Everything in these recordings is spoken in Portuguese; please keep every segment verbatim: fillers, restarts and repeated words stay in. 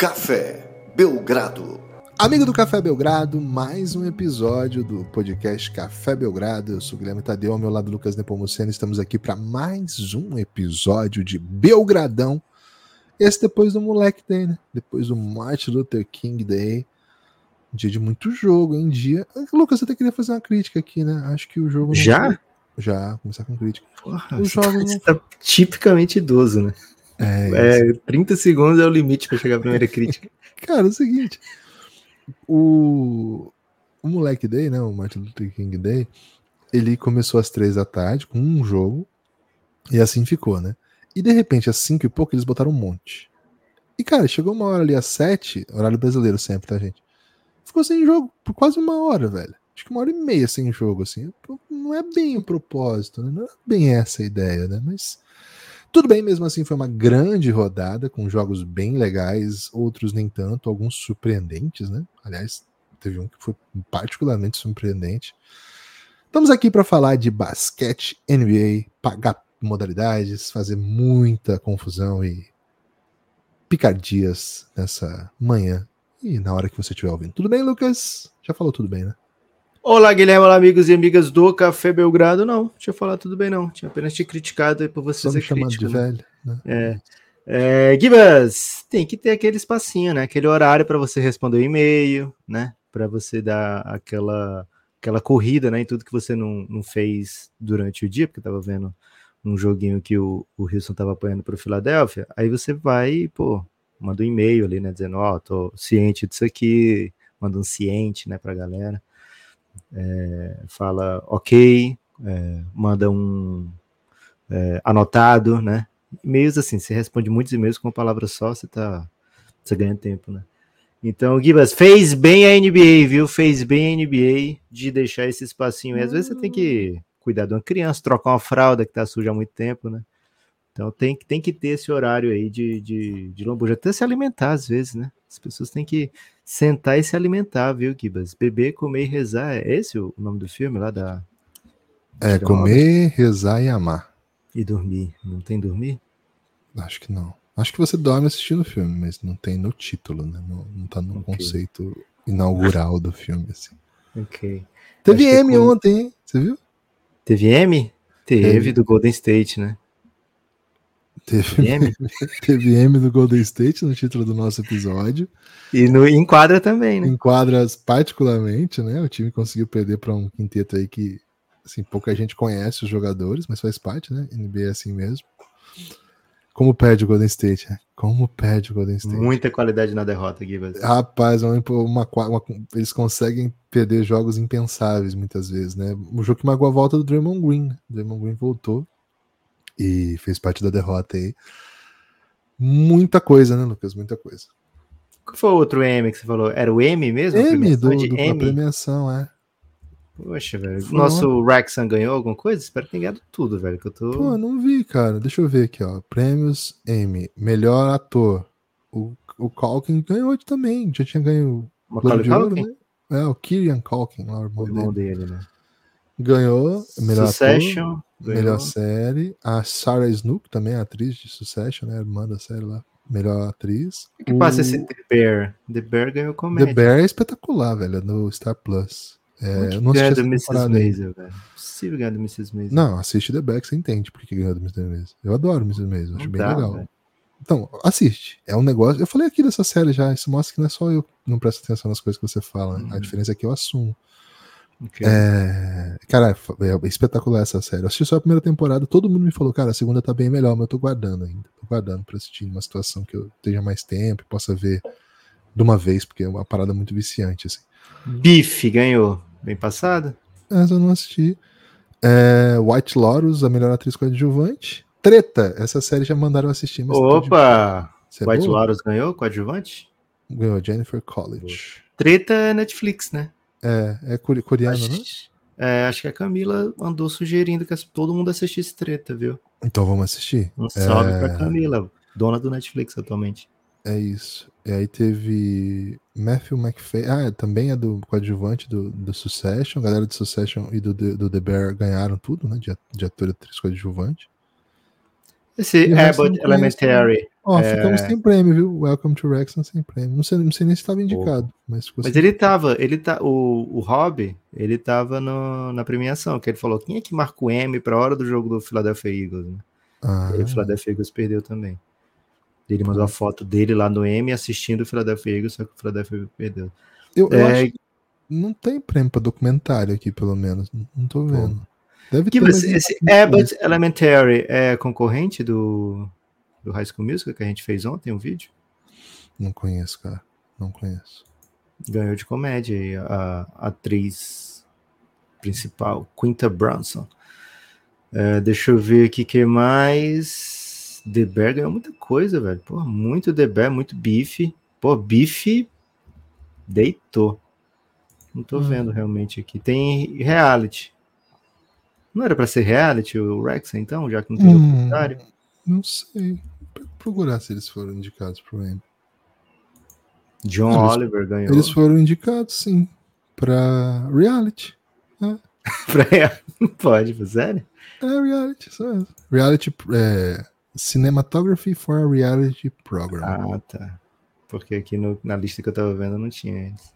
Café Belgrado. Amigo do Café Belgrado, mais um episódio do podcast Café Belgrado. Eu sou o Guilherme Tadeu, ao meu lado Lucas Nepomuceno. Estamos aqui para mais um episódio de Belgradão. Esse depois do Moleque Day, né? Depois do Martin Luther King Day. Um dia de muito jogo, hein? Dia... Lucas, você até queria fazer uma crítica aqui, né? Acho que o jogo... Não Já? Foi... Já, começar com crítica. Porra, Os você jogos tá, não... você tá tipicamente idoso, né? É, é trinta segundos é o limite para chegar à primeira crítica. Cara, é o seguinte... O... o Moleque Day, né? O Martin Luther King Day, ele começou às três da tarde com um jogo e assim ficou, né? E de repente, às cinco e pouco, eles botaram um monte. E, cara, chegou uma hora ali às sete, horário brasileiro sempre, tá, gente? Ficou sem jogo por quase uma hora, velho. Acho que uma hora e meia sem jogo, assim. Não é bem o propósito, né? Não é bem essa a ideia, né? Mas tudo bem, mesmo assim, foi uma grande rodada, com jogos bem legais, outros nem tanto, alguns surpreendentes, né? Aliás, teve um que foi particularmente surpreendente. Estamos aqui para falar de basquete, N B A, pagar modalidades, fazer muita confusão e picardias nessa manhã e na hora que você estiver ouvindo. Tudo bem, Lucas? Já falou tudo bem, né? Olá, Guilherme, olá, amigos e amigas do Café Belgrado. Não, deixa eu falar tudo bem, não. Tinha apenas te criticado aí por você Só me ser chamando crítico, de né? velho, né? É. É, Gibas, tem que ter aquele espacinho, né? Aquele horário para você responder o e-mail, né? Para você dar aquela, aquela corrida, né? Em tudo que você não, não fez durante o dia, porque eu tava vendo um joguinho que o, o Houston tava apanhando para o Philadelphia. Aí você vai, pô, manda um e-mail ali, né? Dizendo, ó, oh, tô ciente disso aqui, manda um ciente, né? Pra galera. É, fala, ok, é, manda um é, anotado, né? E-mails assim, você responde muitos e-mails com uma palavra só, você tá, você ganha tempo, né? Então, Gibas, fez bem a N B A, viu? Fez bem a N B A de deixar esse espacinho. E às vezes você tem que cuidar de uma criança, trocar uma fralda que tá suja há muito tempo, né? Então tem, tem que ter esse horário aí de, de, de lambuja, até se alimentar às vezes, né? As pessoas têm que sentar e se alimentar, viu, Gibas? Beber, comer e rezar, é esse o nome do filme lá da... É, comer, rezar e amar. E dormir. Não tem dormir? Acho que não. Acho que você dorme assistindo o filme, mas não tem no título, né? Não, não tá no Okay. conceito inaugural do filme, assim. Ok. Teve Acho M é com... ontem, hein? Você viu? Teve M? Teve, Teve, do Golden State, né? Teve, Teve M? Teve M do Golden State no título do nosso episódio. E no enquadra também, né? Enquadras particularmente, né? O time conseguiu perder para um quinteto aí que, assim, pouca gente conhece os jogadores, mas faz parte, né? N B A é assim mesmo. Como perde o Golden State, né? Como perde o Golden State. Muita qualidade na derrota, Gibas. Rapaz, uma, uma, uma, eles conseguem perder jogos impensáveis muitas vezes, né? O jogo que marcou a volta do Draymond Green, né? O Draymond Green voltou e fez parte da derrota aí. Muita coisa, né, Lucas? Muita coisa. Qual foi o outro M que você falou? Era o M mesmo? M do, do M? A premiação, é. Poxa, velho. Foi Nosso uma... Wrexham ganhou alguma coisa? Espero que tenha ganhado tudo, velho. Que eu tô... Pô, não vi, cara. Deixa eu ver aqui, ó. Prêmios M. Melhor ator. O, o Culkin ganhou também. Já tinha ganho o Globo de Ouro, né? É, o Kieran Culkin, lá, o irmão, o irmão dele. dele, né? Ganhou. Melhor Succession, ator. Ganhou. Melhor série. A Sarah Snook, também atriz de Succession, né? Irmã da série lá. Melhor atriz. O que o... passa esse The Bear? The Bear ganhou comédia. The Bear é espetacular, velho. No Star Plus. É, eu não ganha do missus Maisel, velho. Possível ganhar do missus Maisel. Não, assiste The Bear que você entende porque que ganhou do missus Maisel. Eu adoro missus Maisel, acho não bem dá, legal. Véio. Então, assiste. É um negócio... Eu falei aqui dessa série já, isso mostra que não é só eu que não presto atenção nas coisas que você fala. Né? Uhum. A diferença é que eu assumo. Okay. É... Cara, é espetacular essa série. Eu assisti só a primeira temporada, todo mundo me falou, cara, a segunda tá bem melhor, mas eu tô guardando ainda. Tô guardando pra assistir numa situação que eu esteja mais tempo e possa ver de uma vez, porque é uma parada muito viciante, assim. Bife ganhou. Bem passado? Essa eu não assisti. É, White Lotus, a melhor atriz coadjuvante. Treta, essa série já mandaram assistir. Mas Opa! É White Lotus ganhou coadjuvante? Ganhou, Jennifer Coolidge. Treta é Netflix, né? É, é coreano, acho, né? É, acho que a Camila andou sugerindo que todo mundo assistisse Treta, viu? Então vamos assistir. Um salve é... pra Camila, dona do Netflix atualmente. É isso. E aí teve Matthew McFay, ah, também é do coadjuvante do, do Succession, a galera do Succession e do, do, do The Bear ganharam tudo, né, de, de ator e atriz coadjuvante. Esse Abbott Elementary, Ó, é... ficamos sem prêmio, viu? Welcome to Wrexham sem prêmio. Não sei, não sei nem se estava indicado. Pô. Mas, ficou mas ele tava, ele tá, o, o Rob, ele tava no, na premiação, que ele falou, quem é que marca o M pra hora do jogo do Philadelphia Eagles? Né? Ah. E o Philadelphia Eagles perdeu também. Ele mandou ah. a foto dele lá no M assistindo o Philadelphia Eagles, só que o Philadelphia Eagles perdeu. Eu, eu é... acho que não tem prêmio pra documentário aqui, pelo menos. Não tô vendo. Pô. Deve que ter. Você, esse Abbott Elementary é concorrente do, do High School Musical que a gente fez ontem, um vídeo? Não conheço, cara. Não conheço. Ganhou de comédia a, a atriz principal, Quinta Brunson. É, deixa eu ver aqui o que mais. The Bear ganhou muita coisa, velho. Pô, muito The Bear, muito Bife. Pô, Bife deitou. Não tô hum. vendo realmente aqui. Tem reality. Não era pra ser reality o Wrexham, então, já que não tem hum, documentário? Não sei. Vou procurar se eles foram indicados pro Emmy. John eles, Oliver ganhou. Eles foram indicados, sim, pra reality. É. pra... Pode, sério? É reality, isso mesmo. Reality, é, Cinematography for a Reality Program. Ah, tá. Porque aqui no, na lista que eu tava vendo não tinha eles.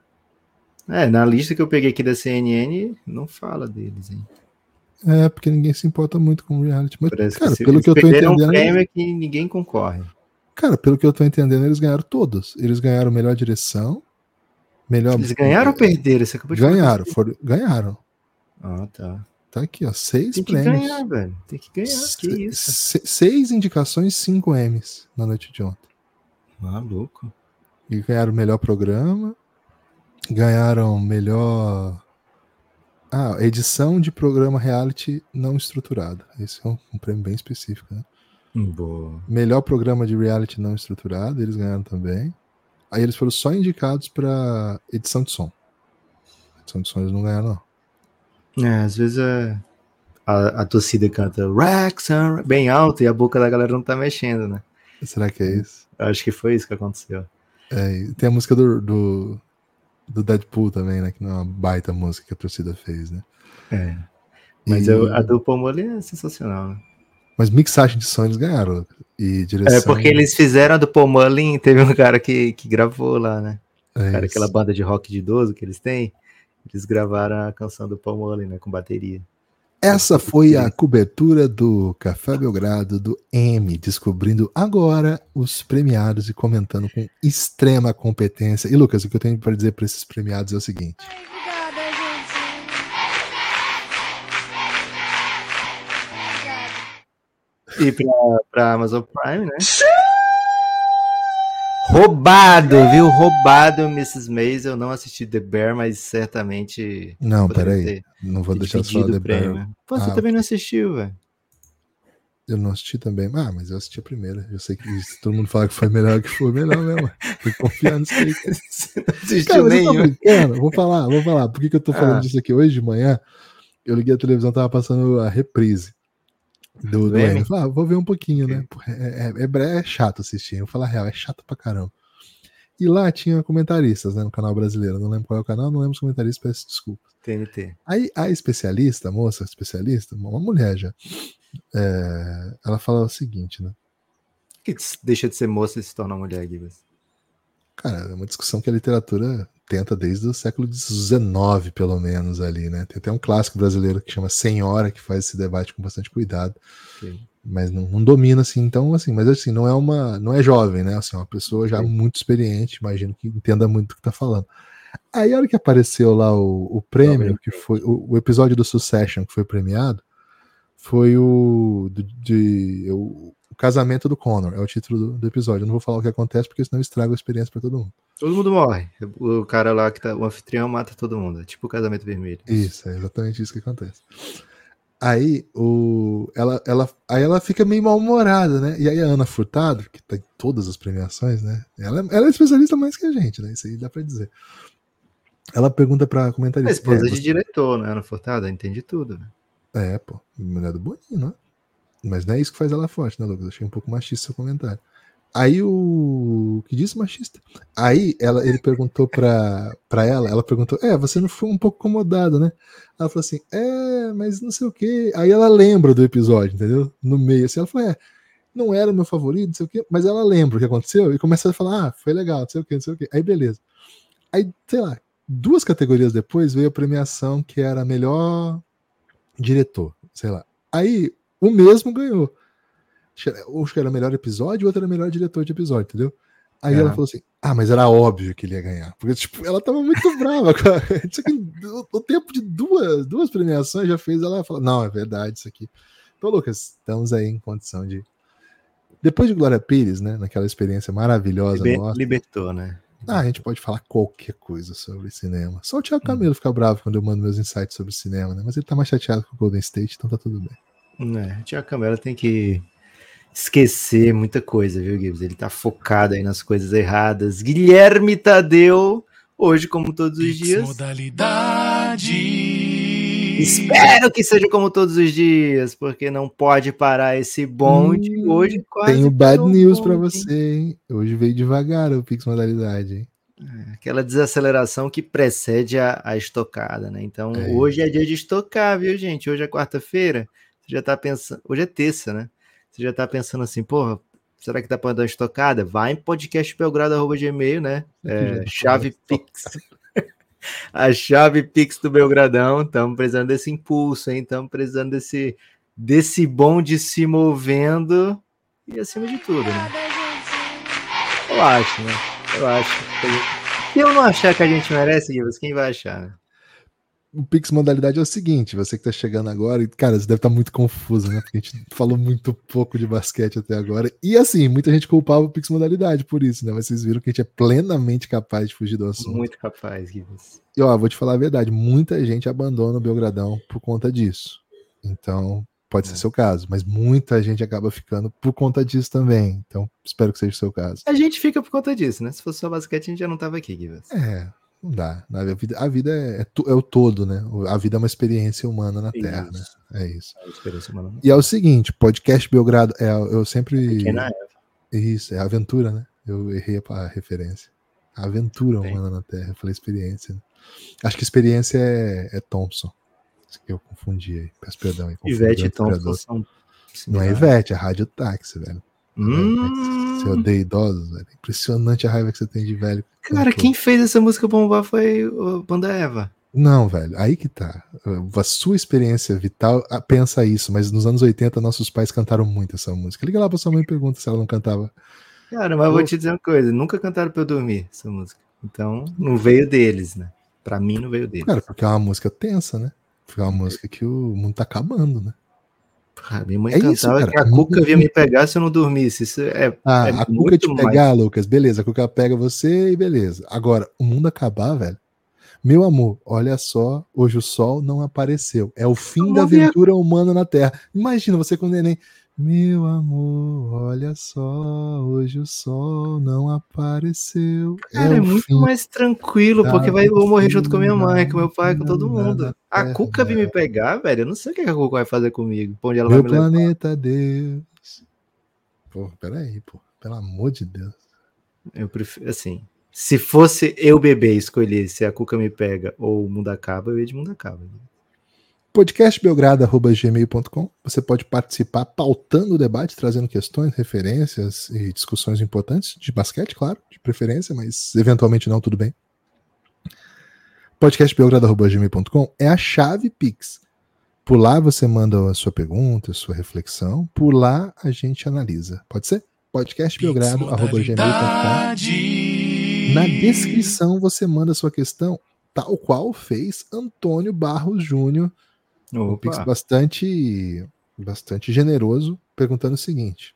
É, na lista que eu peguei aqui da C N N, não fala deles, hein? É, porque ninguém se importa muito com reality. Mas, Parece cara, que pelo que eu tô entendendo... um prêmio que ninguém concorre. Cara, pelo que eu tô entendendo, eles ganharam todos. Eles ganharam melhor direção, melhor... Eles ganharam ou perderam? Você acabou de ganharam, foram, ganharam. Ah, tá. Tá aqui, ó, seis Tem que prêmios. ganhar, velho. Tem que ganhar, se, que isso. Se, seis indicações, cinco Emmys na noite de ontem. Maluco. E ganharam melhor programa, ganharam melhor... Ah, edição de programa reality não estruturado. Esse é um, um prêmio bem específico, né? Boa. Melhor programa de reality não estruturado, eles ganharam também. Aí eles foram só indicados para edição de som. Edição de som eles não ganharam, não. É, às vezes é... a, a torcida canta Wrexham bem alto e a boca da galera não tá mexendo, né? Será que é isso? Acho que foi isso que aconteceu. É, tem a música do... do... do Deadpool também, né? Que não é uma baita música que a torcida fez, né? É. Mas e... eu, a do Pomoli é sensacional, né? Mas mixagem de som eles ganharam. E direção... É porque eles fizeram a do Paul Mullin, teve um cara que, que gravou lá, né? É cara, isso. Aquela banda de rock de idoso que eles têm, eles gravaram a canção do Paul Mullin, né? Com bateria. Essa foi a cobertura do Café Belgrado, do Emmy, descobrindo agora os premiados e comentando com extrema competência. E Lucas, o que eu tenho para dizer para esses premiados é o seguinte. Ai, obrigada, gente. E pra, pra Amazon Prime, né? Roubado, viu? Roubado, missus Maisel. Eu não assisti The Bear, mas certamente... Não, peraí. Não vou deixar só The Bear. Pô, você ah, também não assistiu, velho. Eu não assisti também. Ah, mas eu assisti a primeira. Eu sei que se todo mundo fala que foi melhor, que foi melhor mesmo. Fui confiando nisso aí. Você não assistiu nenhum. Vou falar, vou falar. Por que, que eu tô falando ah. disso aqui? Hoje de manhã, eu liguei a televisão, tava passando a reprise do, do Emmy. Ah, vou ver um pouquinho, né? É, é, é, é chato assistir. Eu vou falar a real, é chato pra caramba. E lá tinha comentaristas, né, no canal brasileiro. Não lembro qual é o canal, não lembro os comentaristas, peço desculpa. T N T. Aí a especialista, a moça especialista, uma mulher já, é, ela fala o seguinte, né? Por que deixa de ser moça e se torna mulher, Guilherme? Cara, é uma discussão que a literatura tenta desde o século dezenove, pelo menos, ali, né? Tem até um clássico brasileiro que chama Senhora, que faz esse debate com bastante cuidado. Sim. Mas não, não domina, assim, então, assim, mas assim, não é uma, não é jovem, né? Assim, uma pessoa já Sim. muito experiente, imagino que entenda muito o que tá falando. Aí, a hora que apareceu lá o, o prêmio, que foi o, o episódio do Succession que foi premiado, foi o, do, de, o, o casamento do Connor, é o título do, do episódio. Eu não vou falar o que acontece, porque senão estraga a experiência pra todo mundo. Todo mundo morre. O cara lá que tá, o anfitrião mata todo mundo. É tipo o casamento vermelho. Isso, é exatamente isso que acontece. Aí, o, ela, ela, aí ela fica meio mal-humorada, né? E aí a Ana Furtado, que tem todas as premiações, né? Ela, ela é especialista mais que a gente, né? Isso aí dá pra dizer. Ela pergunta pra comentarista. A esposa é, de você... diretor, né? Ana Furtado, entende tudo, né? É, pô. Mulher do Boninho, né? Mas não é isso que faz ela forte, né, Lucas? Achei um pouco machista seu comentário. Aí o... que disse machista? Aí ela, ele perguntou pra, pra ela, ela perguntou, é, você não foi um pouco incomodada, né? Ela falou assim, é, mas não sei o quê. Aí ela lembra do episódio, entendeu? No meio, assim, ela falou, é, não era o meu favorito, não sei o quê, mas ela lembra o que aconteceu e começa a falar, ah, foi legal, não sei o quê, não sei o quê. Aí beleza. Aí, sei lá, duas categorias depois veio a premiação que era melhor diretor, sei lá. Aí o mesmo ganhou. Acho que era melhor episódio, o outro era melhor diretor de episódio, entendeu? Aí Aham. ela falou assim, ah, mas era óbvio que ele ia ganhar. Porque, tipo, ela tava muito brava. Com a... Isso aqui, o, o tempo de duas, duas premiações já fez ela falar, não, é verdade isso aqui. Então, Lucas, estamos aí em condição de... Depois de Glória Pires, né, naquela experiência maravilhosa Liber- nossa, Libertou, né? ah, a gente pode falar qualquer coisa sobre cinema. Só o Thiago Camelo fica bravo quando eu mando meus insights sobre cinema, né? Mas ele tá mais chateado com o Golden State, então tá tudo bem. É, o Thiago Camelo tem que esquecer muita coisa, viu, Gibbs? Ele tá focado aí nas coisas erradas. Guilherme Tadeu, hoje, como todos os dias. Modalidade. Espero que seja como todos os dias, porque não pode parar esse bonde. Hum, Hoje quase Tenho bad parou o news pra bonde, você, hein? Hoje veio devagar o Pix Modalidade, hein? aquela desaceleração que precede a, a estocada, né? Então, É. hoje é dia de estocar, viu, gente? Hoje é quarta-feira. Você já tá pensando. Hoje é terça, né? Você já tá pensando assim, porra, será que dá pra dar uma estocada? Vai em podcastbelgrado arroba gmail, né? É, chave Pix. A chave Pix do Belgradão. Estamos precisando desse impulso, hein? Estamos precisando desse, desse bonde se movendo e acima de tudo, né? Eu acho, né? Eu acho. Se eu não achar que a gente merece, Guilherme, quem vai achar, né? O Pix Modalidade é o seguinte, você que tá chegando agora, e cara, você deve estar muito confuso, né? Porque a gente falou muito pouco de basquete até agora. E assim, muita gente culpava o Pix Modalidade por isso, né? Mas vocês viram que a gente é plenamente capaz de fugir do assunto. Muito capaz, Guilherme. E ó, vou te falar a verdade, muita gente abandona o Belgradão por conta disso. Então, pode ser seu caso, mas muita gente acaba ficando por conta disso também. Então, espero que seja o seu caso. A gente fica por conta disso, né? Se fosse só basquete, a gente já não tava aqui, Guilherme. É, não dá. A vida, a vida é, é o todo, né? A vida é uma experiência humana na Terra, Isso. né? É isso. É a experiência humana. E é o seguinte, podcast Belgrado, é, eu sempre... Pequena Eva. Isso, é aventura, né? Eu errei a referência. A aventura Bem. humana na Terra, eu falei experiência. Né? Acho que experiência é, é Thompson. Isso que eu confundi aí. Peço perdão aí. confundi Ivete o e Thompson historiador. são Não é similares. Ivete, é Rádio Táxi, velho. Hum, Você odeia idosos, velho. Impressionante a raiva que você tem de velho. cara, quem fez essa música bombar foi o Banda Eva. Não, velho, aí que tá. A sua experiência vital ah, pensa isso, mas nos anos oitenta nossos pais cantaram muito essa música. Liga lá pra sua mãe e pergunta se ela não cantava. Cara, mas eu vou te dizer uma coisa, nunca cantaram pra eu dormir essa música. Então, não veio deles, né? Pra mim, não veio deles. Cara, porque é uma música tensa, né? Porque é uma música que o mundo tá acabando, né? Ah, minha mãe É cantava isso, cara. que a Cuca vinha me pegar se eu não dormisse. Isso é, Ah, é a Cuca muito te mais- pegar, Lucas, beleza, a Cuca pega você e beleza. Agora, o mundo acabar, velho. Meu amor, olha só, hoje o sol não apareceu. É o fim Vamos da ver. aventura humana na Terra. Imagina você com o neném. Meu amor, olha só, hoje o sol não apareceu. Cara, é, o muito fim mais tranquilo, da porque vai eu vou morrer junto com a minha mãe, aventura com meu pai, com todo humana mundo. na A Terra. Cuca vir me pegar, velho, eu não sei o que a Cuca vai fazer comigo. Pra onde ela Meu vai me levar. planeta Deus. Pô, peraí, pô. Pelo amor de Deus. Eu prefiro, assim, se fosse eu bebê escolher se a Cuca me pega ou o mundo acaba, eu ia de mundo acaba. podcastbelgrado arroba gmail ponto com. Você pode participar pautando o debate, trazendo questões, referências e discussões importantes de basquete, claro, de preferência, mas eventualmente não, tudo bem. podcastbelgrado arroba gmail ponto com é a chave Pix. Por lá você manda a sua pergunta, a sua reflexão. Por lá a gente analisa. Pode ser? podcastbelgrado arroba gmail ponto com. Na descrição você manda a sua questão, tal qual fez Antônio Barros Júnior. Um Pix Opa, bastante, bastante generoso, perguntando o seguinte: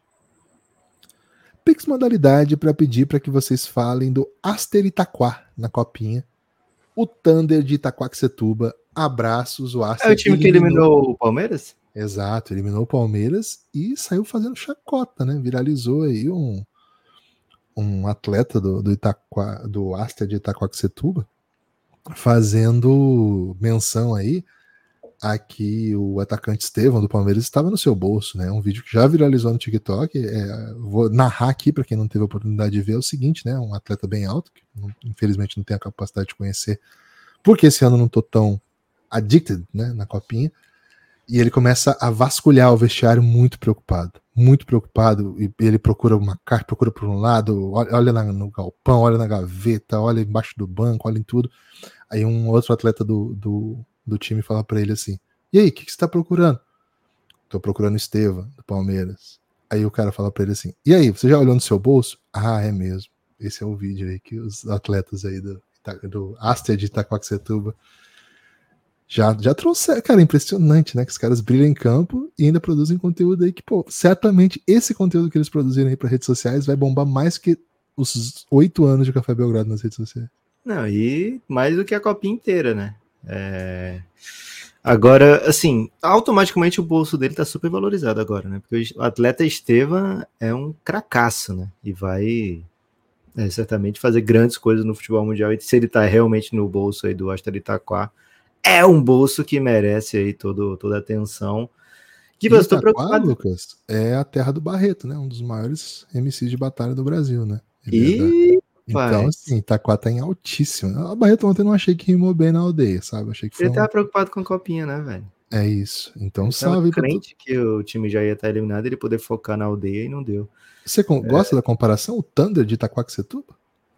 Pix modalidade para pedir para que vocês falem do Aster Itaquá na copinha. O Thunder de Itaquaquecetuba. Abraços, o Aster. é o time que eliminou o Palmeiras? Exato, eliminou o Palmeiras e saiu fazendo chacota, né? Viralizou aí um, um atleta do, do, Itaquá, do Aster de Itaquaquecetuba fazendo menção aí a que o atacante Estevão do Palmeiras estava no seu bolso, né? Um vídeo que já viralizou no TikTok. É, vou narrar aqui para quem não teve a oportunidade de ver é o seguinte, né? Um atleta bem alto, que não, infelizmente não tenho a capacidade de conhecer, porque esse ano não tô tão addicted, né, na copinha. E ele começa a vasculhar o vestiário muito preocupado. Muito preocupado. E ele procura uma carta, procura por um lado, olha, olha na, no galpão, olha na gaveta, olha embaixo do banco, olha em tudo. Aí um outro atleta do, do, do time fala pra ele assim: e aí, o que, que você tá procurando? Tô procurando o Estevam, do Palmeiras. Aí o cara fala pra ele assim: e aí, você já olhou no seu bolso? Ah, é mesmo. Esse é o vídeo aí que os atletas aí do, do Aster de Itaquaquecetuba Já, já trouxe, cara, impressionante, né? Que os caras brilham em campo e ainda produzem conteúdo aí que, pô, certamente esse conteúdo que eles produzirem aí para redes sociais vai bombar mais que os oito anos de Café Belgrado nas redes sociais. Não, e mais do que a copinha inteira, né? É... Agora, assim, automaticamente o bolso dele tá super valorizado agora, né? Porque o atleta Estevam é um cracaço, né? E vai é, certamente fazer grandes coisas no futebol mundial. E se ele tá realmente no bolso aí do Aster Itaquá, é um bolso que merece aí todo, toda a atenção. Que eu estou preocupado. Lucas, é a terra do Barreto, né? Um dos maiores M Cs de batalha do Brasil, né? E... É da... Então, assim, Itaquá tá em altíssimo. A Barreto ontem não achei que rimou bem na aldeia, sabe? Achei que foi ele tava um... preocupado com a copinha, né, velho? É isso. Então, ele salve tava crente pra... que o time já ia estar eliminado, ele poder focar na aldeia e não deu. Você é... gosta da comparação? O Thunder de Itaquaquecetuba?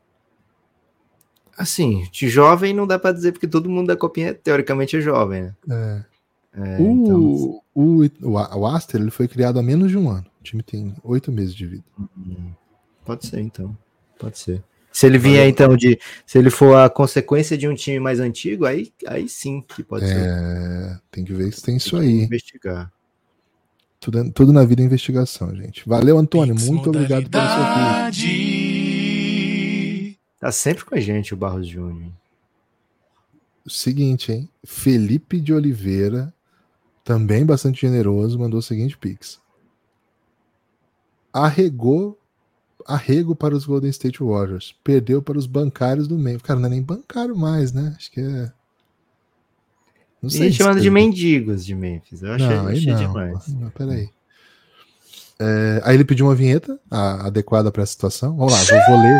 Assim, de jovem não dá pra dizer, porque todo mundo da copinha teoricamente é jovem, né? É. É, o, então... o, o, o Aster ele foi criado há menos de um ano. O time tem oito meses de vida. Pode ser, então. Pode ser. Se ele vier, então, de. Se ele for a consequência de um time mais antigo, aí, aí sim que pode é, ser. Tem que ver se tem, tem isso que aí. Investigar. Tudo, tudo na vida é investigação, gente. Valeu, Antônio. Pix muito obrigado pelo seu vídeo. Tá sempre com a gente o Barros Júnior. Seguinte, hein? Felipe de Oliveira, também bastante generoso, mandou o seguinte pix. Arregou, arrego para os Golden State Warriors. Perdeu para os bancários do Memphis. Cara, não é nem bancário mais, né? Acho que é... Não sei. E chamando de mendigos de Memphis. Eu achei, não, aí achei não, demais. Não, peraí. É, aí ele pediu uma vinheta a, adequada para a situação. Vamos lá, vou, vou ler.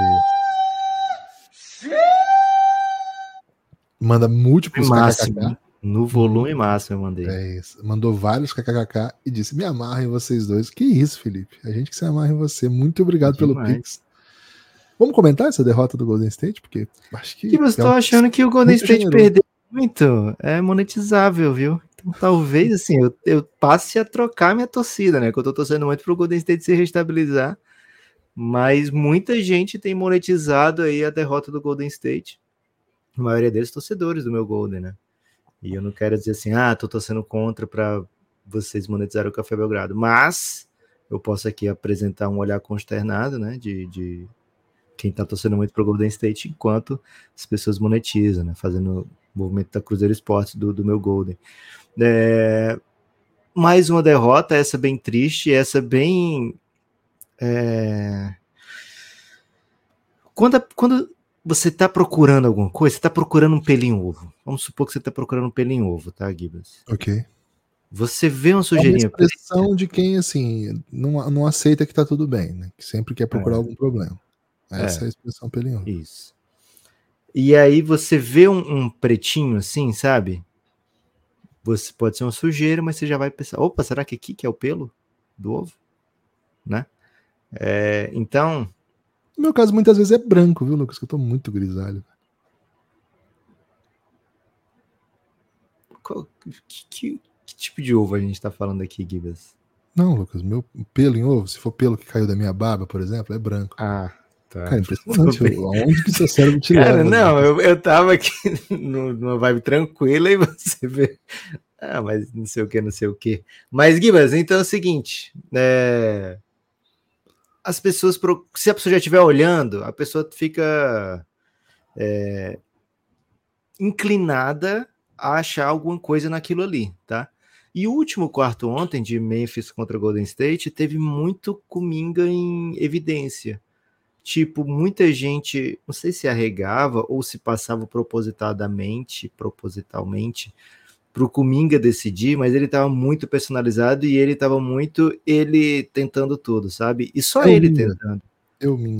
Manda múltiplos máximo, no volume máximo eu mandei. É isso. Mandou vários kkkk e disse: me amarra em vocês dois. Que isso, Felipe? A gente que se amarra em você. Muito obrigado é pelo pix. Vamos comentar essa derrota do Golden State? Porque acho que. Que você tá é um achando que o Golden State generoso. Perdeu muito? É monetizável, viu? Então talvez assim eu, eu passe a trocar minha torcida, né? Que eu tô torcendo muito pro Golden State se restabilizar. Mas muita gente tem monetizado aí a derrota do Golden State. A maioria deles torcedores do meu Golden, né? E eu não quero dizer assim, ah, tô torcendo contra para vocês monetizarem o Café Belgrado, mas eu posso aqui apresentar um olhar consternado, né, de, de quem tá torcendo muito pro Golden State, enquanto as pessoas monetizam, né, fazendo o movimento da Cruzeiro Esportes do, do meu Golden. É... Mais uma derrota, essa bem triste, essa bem... É... Quando, a, quando você tá procurando alguma coisa, você tá procurando um pelinho ovo. Vamos supor que você tá procurando um pelinho ovo, tá, Gibas? Ok. Você vê uma sujeirinha... É uma expressão de quem, assim, não, não aceita que tá tudo bem, né? Que sempre quer procurar é. algum problema. Essa é. é a expressão pelinho ovo. Isso. E aí você vê um, um pretinho assim, sabe? Você pode ser uma sujeira, mas você já vai pensar, opa, será que aqui que é o pelo do ovo? Né? É, então... No meu caso, muitas vezes é branco, viu, Lucas? Que eu tô muito grisalho. Qual, que, que, que tipo de ovo a gente tá falando aqui, Gibas? Não, Lucas, meu pelo em ovo, se for pelo que caiu da minha barba, por exemplo, é branco. Ah, tá. Cara, impressionante. Aonde que seu cérebro te leva? Cara, não, eu, eu tava aqui numa vibe tranquila e você vê... Ah, mas não sei o que, não sei o que. Mas, Gibas, então é o seguinte, é... as pessoas, se a pessoa já estiver olhando, a pessoa fica é, inclinada a achar alguma coisa naquilo ali, tá? E o último quarto ontem, de Memphis contra Golden State, teve muito Kuminga em evidência. Tipo, muita gente, não sei se arregava ou se passava propositadamente, propositalmente, pro Kuminga decidir, mas ele estava muito personalizado e ele estava muito ele tentando tudo, sabe? E só eu ele minga. tentando. Eu minga.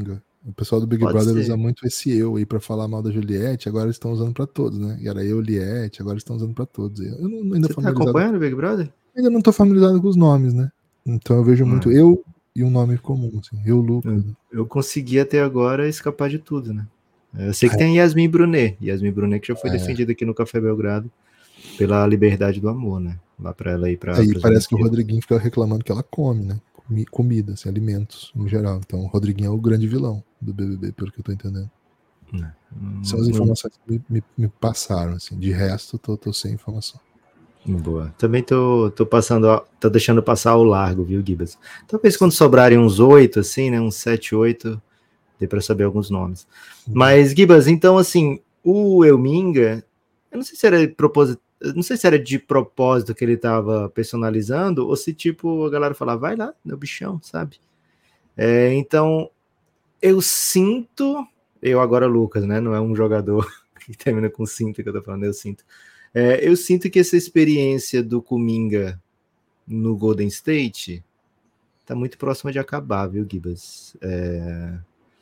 O pessoal do Big Pode Brother ser. usa muito esse eu aí pra falar mal da Juliette, agora eles estão usando pra todos, né? E era eu, Liette, agora eles estão usando pra todos. Eu não, ainda Você tá familiarizado, acompanhando o Big Brother? ainda não tô familiarizado com os nomes, né? Então eu vejo muito Ah. eu e um nome comum, assim, eu, Lucas. Eu, né? eu consegui até agora escapar de tudo, né? Eu sei que tem Yasmin Brunet. Yasmin Brunet que já foi É. defendida aqui no Café Belgrado pela liberdade do amor, né? Lá pra ela ir pra. Aí pras parece que o Olimpíadas. Rodriguinho fica reclamando que ela come, né? Comi- Comida, assim, alimentos em geral. Então o Rodriguinho é o grande vilão do B B B, pelo que eu tô entendendo. São as Não- informações que me, me- me passaram, assim. De resto, tô, tô sem informação. Boa. Também tô, tô passando, ó, tô deixando passar ao largo, viu, Gibas? Talvez quando sobrarem uns oito, assim, né? Uns sete, oito, dê pra saber alguns nomes. Mas, Gibas, então, assim, o Elminga, eu não sei se era de propósito, eu não sei se era de propósito que ele tava personalizando, ou se, tipo, a galera falava, vai lá, meu bichão, sabe? É, então, eu sinto, eu agora, Lucas, né? Não é um jogador que termina com sinto que eu tô falando, eu sinto. É, eu sinto que essa experiência do Kuminga no Golden State tá muito próxima de acabar, viu, Gibas? É...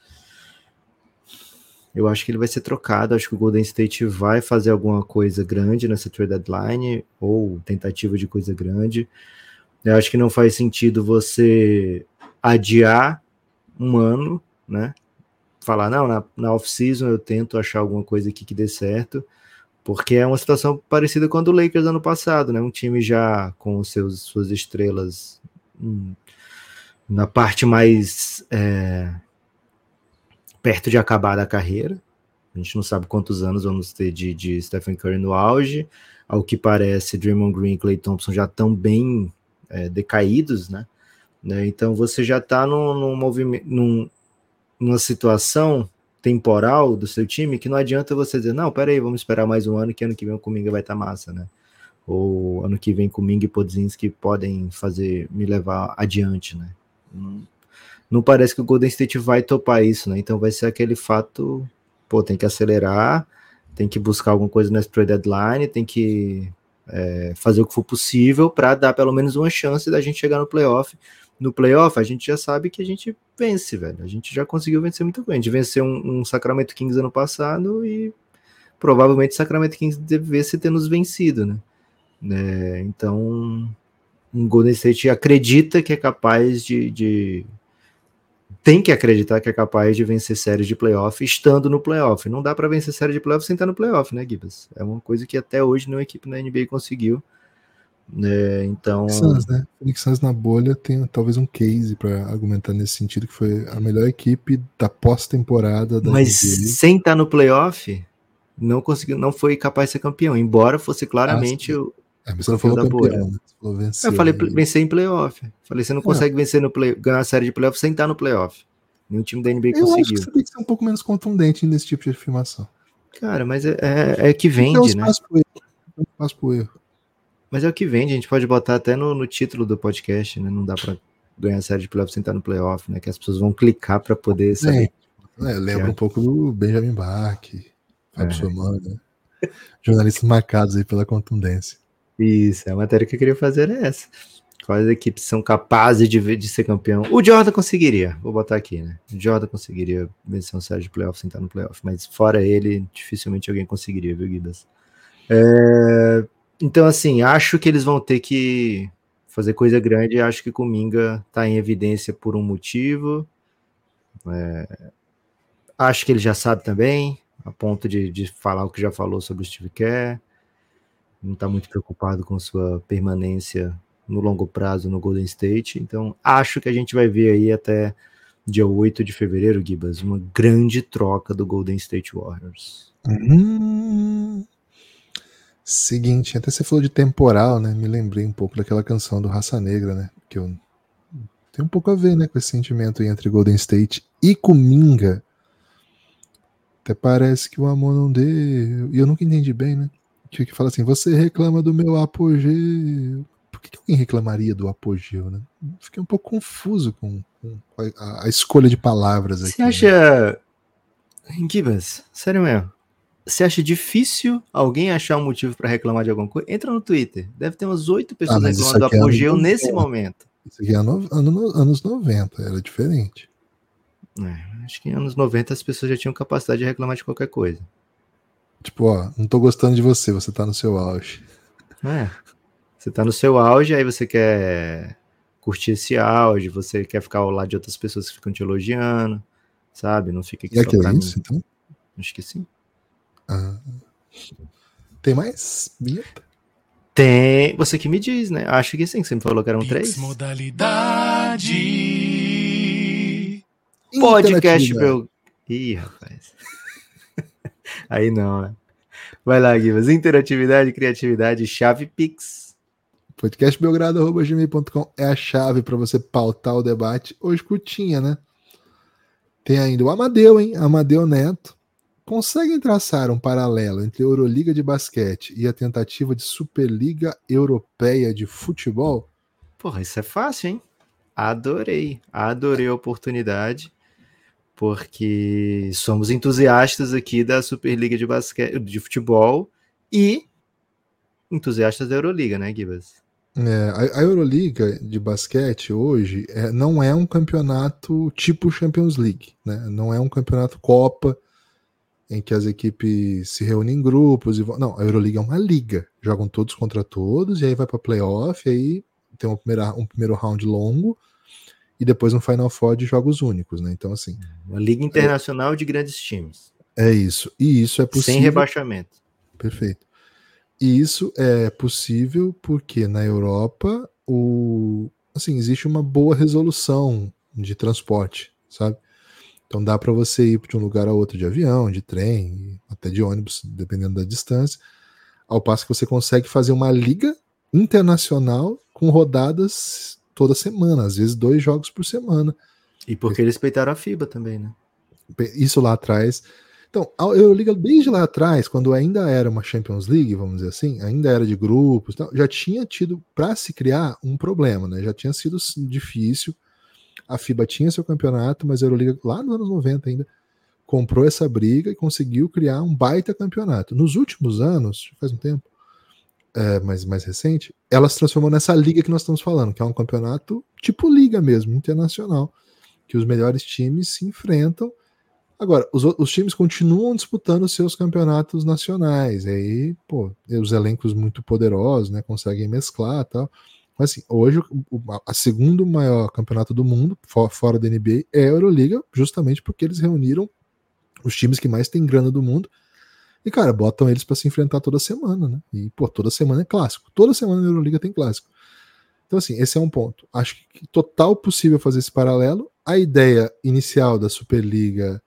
Eu acho que ele vai ser trocado, acho que o Golden State vai fazer alguma coisa grande nessa trade deadline, ou tentativa de coisa grande. Eu acho que não faz sentido você adiar um ano, né? Falar, não, na, na off-season eu tento achar alguma coisa aqui que dê certo, porque é uma situação parecida com a do Lakers ano passado, né? Um time já com os seus, suas estrelas hum, na parte mais é, perto de acabar da carreira. A gente não sabe quantos anos vamos ter de, de Stephen Curry no auge. Ao que parece, Draymond Green e Klay Thompson já estão bem é, decaídos, né? né? Então você já está num, num movimento, num, numa situação temporal do seu time que não adianta você dizer, não, peraí, vamos esperar mais um ano que ano que vem o Kuminga vai estar massa, né? Ou ano que vem Kuminga e Podziemski podem fazer, me levar adiante, né? Não, não parece que o Golden State vai topar isso, né? Então vai ser aquele fato, pô, tem que acelerar, tem que buscar alguma coisa nessa trade deadline, tem que é, fazer o que for possível para dar pelo menos uma chance da gente chegar no playoff. No playoff, a gente já sabe que a gente vence, velho. A gente já conseguiu vencer muito bem. A gente venceu um, um Sacramento Kings ano passado e provavelmente o Sacramento Kings devesse ter nos vencido, né? É, então, um Golden State acredita que é capaz de, de... Tem que acreditar que é capaz de vencer séries de playoff estando no playoff. Não dá para vencer série de playoff sem estar no playoff, né, Gibas? É uma coisa que até hoje nenhuma equipe na N B A conseguiu. É, então... Suns, né? Phoenix Suns na bolha tem talvez um case para argumentar nesse sentido, que foi a melhor equipe da pós-temporada da Mas N B A. sem estar no playoff, não conseguiu, não foi capaz de ser campeão, embora fosse claramente Ah, o, é, mas o você não campeão falou da bolha. campeão, né? Você falou vencer. Eu falei né? vencer em playoff. Falei, você não consegue vencer no play, ganhar a série de playoff sem estar no playoff. Nenhum time da N B A Eu acho que conseguiu. você tem que ser um pouco menos contundente nesse tipo de afirmação. Cara, mas é, é, é que Tem vende, um né? espaço pro erro. Tem um espaço pro erro. Mas é o que vende, a gente pode botar até no, no título do podcast, né? Não dá pra ganhar a série de playoff sem estar no playoff, né? Que as pessoas vão clicar pra poder saber. É, lembra Já. um pouco do Benjamin Bach, Fábio É. Soman, né? Jornalistas marcados aí pela contundência. Isso, a matéria que eu queria fazer é essa. Quais equipes são capazes de, de ser campeão? O Jordan conseguiria, vou botar aqui, né? O Jordan conseguiria vencer um série de playoff sem estar no playoff, mas fora ele, dificilmente alguém conseguiria, viu, Guibas? É... Então, assim, acho que eles vão ter que fazer coisa grande. Acho que Kuminga está em evidência por um motivo. É... Acho que ele já sabe também, a ponto de, de falar o que já falou sobre o Steve Kerr. Não está muito preocupado com sua permanência no longo prazo no Golden State. Então, acho que a gente vai ver aí até dia oito de fevereiro, Gibas, uma grande troca do Golden State Warriors. Hum... Seguinte, até você falou de temporal, né? Me lembrei um pouco daquela canção do Raça Negra, né? Que eu... tem um pouco a ver, né, com esse sentimento aí entre Golden State e Kuminga. Até parece que o amor não deu. E eu nunca entendi bem, né? Que, que fala assim, você reclama do meu apogeu. Por que, que alguém reclamaria do apogeu, né? Fiquei um pouco confuso com, com a, a escolha de palavras aqui. Você acha... Né? Gibas, sério mesmo? Você acha difícil alguém achar um motivo para reclamar de alguma coisa? Entra no Twitter. Deve ter umas oito pessoas ah, reclamando do apogeu é nesse momento. Isso aqui é ano, ano, anos noventa, era diferente. É, acho que em anos noventa as pessoas já tinham capacidade de reclamar de qualquer coisa. Tipo, ó, não tô gostando de você, você tá no seu auge. É, você tá no seu auge, aí você quer curtir esse auge, você quer ficar ao lado de outras pessoas que ficam te elogiando, sabe? Não fica aqui E só que é pra mim. isso, então? Acho que sim. Ah. Tem mais? Vinheta? Tem. Você que me diz, né? Acho que sim, que você me falou que eram Pix três. modalidade. Podcast, Interatividade. meu. Ih, rapaz. Aí não, né? Vai lá, Guivas. Interatividade, criatividade, chave Pix. podcast belgrado arroba gmail ponto com é a chave para você pautar o debate. Hoje curtinha, né? Tem ainda o Amadeu, hein? Amadeu Neto. Conseguem traçar um paralelo entre a Euroliga de basquete e a tentativa de Superliga Europeia de futebol? Porra, isso é fácil, hein? Adorei. Adorei a oportunidade. Porque somos entusiastas aqui da Superliga de basquete, de futebol e entusiastas da Euroliga, né, Gibas? É, a, a Euroliga de basquete hoje é, não é um campeonato tipo Champions League, né? Não é um campeonato Copa em que as equipes se reúnem em grupos e vão... Não, a Euroliga é uma liga, jogam todos contra todos e aí vai para playoff, e aí tem um primeiro, um primeiro round longo e depois um Final Four de jogos únicos, né? Então assim, uma liga internacional é, de grandes times. É isso, e isso é possível. Sem rebaixamento. Perfeito. E isso é possível porque na Europa o, assim, existe uma boa resolução de transporte, sabe? Então dá para você ir de um lugar a outro de avião, de trem, até de ônibus, dependendo da distância, ao passo que você consegue fazer uma liga internacional com rodadas toda semana, às vezes dois jogos por semana. E porque eles peitaram a FIBA também, né? Isso lá atrás... Então, a Euroliga, desde lá atrás, quando ainda era uma Champions League, vamos dizer assim, ainda era de grupos, já tinha tido, para se criar, um problema, né? Já tinha sido difícil. A FIBA tinha seu campeonato, mas a Euroliga, lá nos anos noventa ainda, comprou essa briga e conseguiu criar um baita campeonato. Nos últimos anos, faz um tempo, é, mas mais recente, ela se transformou nessa liga que nós estamos falando, que é um campeonato tipo liga mesmo, internacional, que os melhores times se enfrentam. Agora, os, os times continuam disputando seus campeonatos nacionais, e aí, pô, os elencos muito poderosos, né, conseguem mesclar e tal. Mas assim, hoje o, a segundo maior campeonato do mundo, for, fora da N B A, é a Euroliga, justamente porque eles reuniram os times que mais têm grana do mundo, e cara, botam eles para se enfrentar toda semana, né, e pô, toda semana é clássico, toda semana na Euroliga tem clássico. Então assim, esse é um ponto. Acho que total possível fazer esse paralelo. A ideia inicial da Superliga,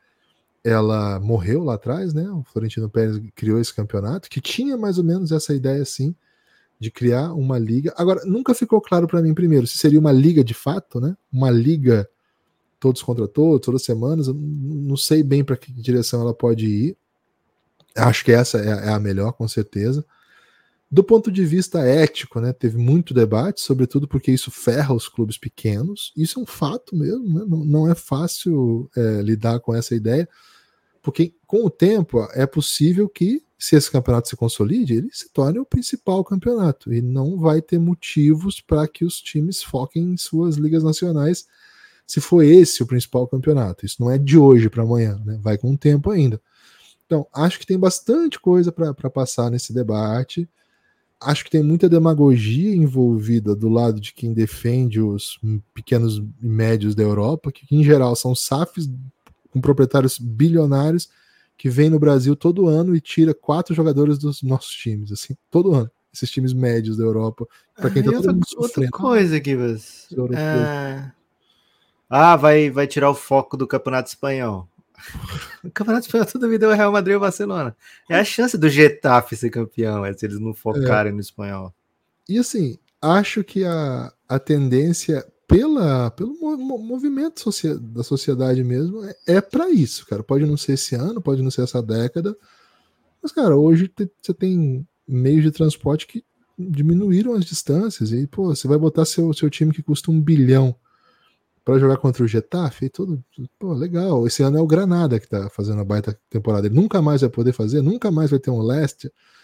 ela morreu lá atrás, né? O Florentino Pérez criou esse campeonato, que tinha mais ou menos essa ideia, assim, de criar uma liga. Agora, nunca ficou claro para mim, primeiro, se seria uma liga de fato, né? Uma liga todos contra todos, todas as semanas. Eu não sei bem para que direção ela pode ir. Acho que essa é a melhor, com certeza. Do ponto de vista ético, né? Teve muito debate, sobretudo porque isso ferra os clubes pequenos. Isso é um fato mesmo, né? Não, não é fácil é, lidar com essa ideia. Porque com o tempo é possível que, se esse campeonato se consolide, ele se torne o principal campeonato e não vai ter motivos para que os times foquem em suas ligas nacionais, se for esse o principal campeonato. Isso não é de hoje para amanhã, né? Vai com o tempo ainda. Então, acho que tem bastante coisa para passar nesse debate. Acho que tem muita demagogia envolvida do lado de quem defende os pequenos e médios da Europa, que em geral são S A Fs com proprietários bilionários que vem no Brasil todo ano e tira quatro jogadores dos nossos times, assim, todo ano. Esses times médios da Europa, para quem tá ah, todo outra, mundo outra sofrendo. coisa aqui, mas... É... Ah, vai, vai tirar o foco do Campeonato Espanhol. O Campeonato Espanhol toda vida é o Real Madrid e o Barcelona. É a chance do Getafe ser campeão, é, se eles não focarem é. no espanhol. E assim, acho que a, a tendência pela, pelo movimento da sociedade mesmo é, é para isso, cara. Pode não ser esse ano, pode não ser essa década, mas, cara, hoje você tem meios de transporte que diminuíram as distâncias e, pô, você vai botar seu, seu time que custa um bilhão para jogar contra o Getafe e tudo, pô, legal. Esse ano é o Granada que tá fazendo a baita temporada. Ele nunca mais vai poder fazer, nunca mais vai ter um Leicester.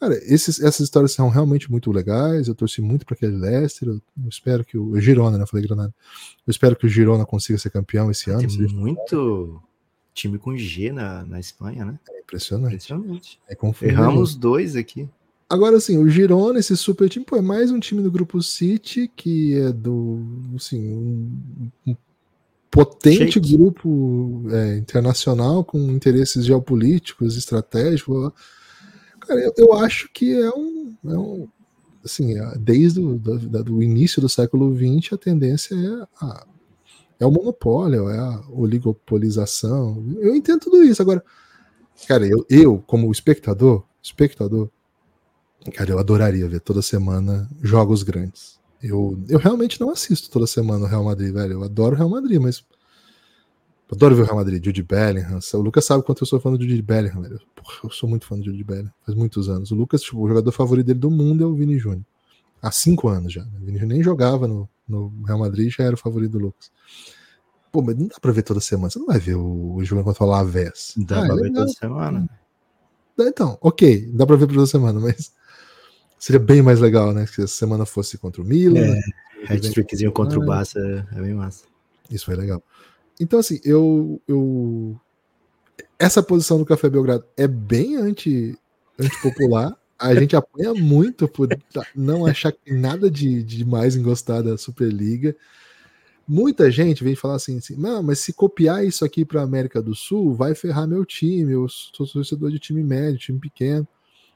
Cara, esses, essas histórias são realmente muito legais. Eu torci muito para aquele Leicester. Eu, eu espero que o, o Girona, né? Eu falei Granada. Eu espero que o Girona consiga ser campeão esse ano. Tem muito time com G na, na Espanha, né? É impressionante. Impressionante. É confuso. Erramos dois aqui. Agora, assim, o Girona, esse super time, pô, é mais um time do Grupo City, que é do, assim, um, um potente Shake. grupo é, internacional com interesses geopolíticos, estratégicos. Cara, eu, eu acho que é um, é um assim, desde o do, do início do século vinte, a tendência é, a, é o monopólio, é a oligopolização. Eu entendo tudo isso. Agora, cara, eu, eu como espectador, espectador, cara, eu adoraria ver toda semana jogos grandes. Eu, eu realmente não assisto toda semana o Real Madrid, velho. Eu adoro o Real Madrid, mas eu adoro ver o Real Madrid, Jude Bellingham. O Lucas sabe quanto eu sou fã do Jude Bellingham, velho. Porra, eu sou muito fã do Jude Bellingham, faz muitos anos. O Lucas, tipo, o jogador favorito dele do mundo é o Vini Júnior. Há cinco anos já. O Vini Júnior nem jogava no, no Real Madrid, já era o favorito do Lucas. Pô, mas não dá pra ver toda semana. Você não vai ver o, o jogo contra o Alavés. Dá ah, pra é ver legal. toda semana. Então, ok, dá pra ver toda semana, mas seria bem mais legal, né? Se a semana fosse contra o Milan. É, hat-trickzinho contra o Barça é, é bem massa. Isso foi legal. Então, assim, eu, eu. Essa posição do Café Belgrado é bem anti, antipopular. A gente apanha muito por não achar que tem nada de, de mais em gostar da Superliga. Muita gente vem falar assim, assim, não, mas se copiar isso aqui para a América do Sul, vai ferrar meu time. Eu sou torcedor de time médio, time pequeno.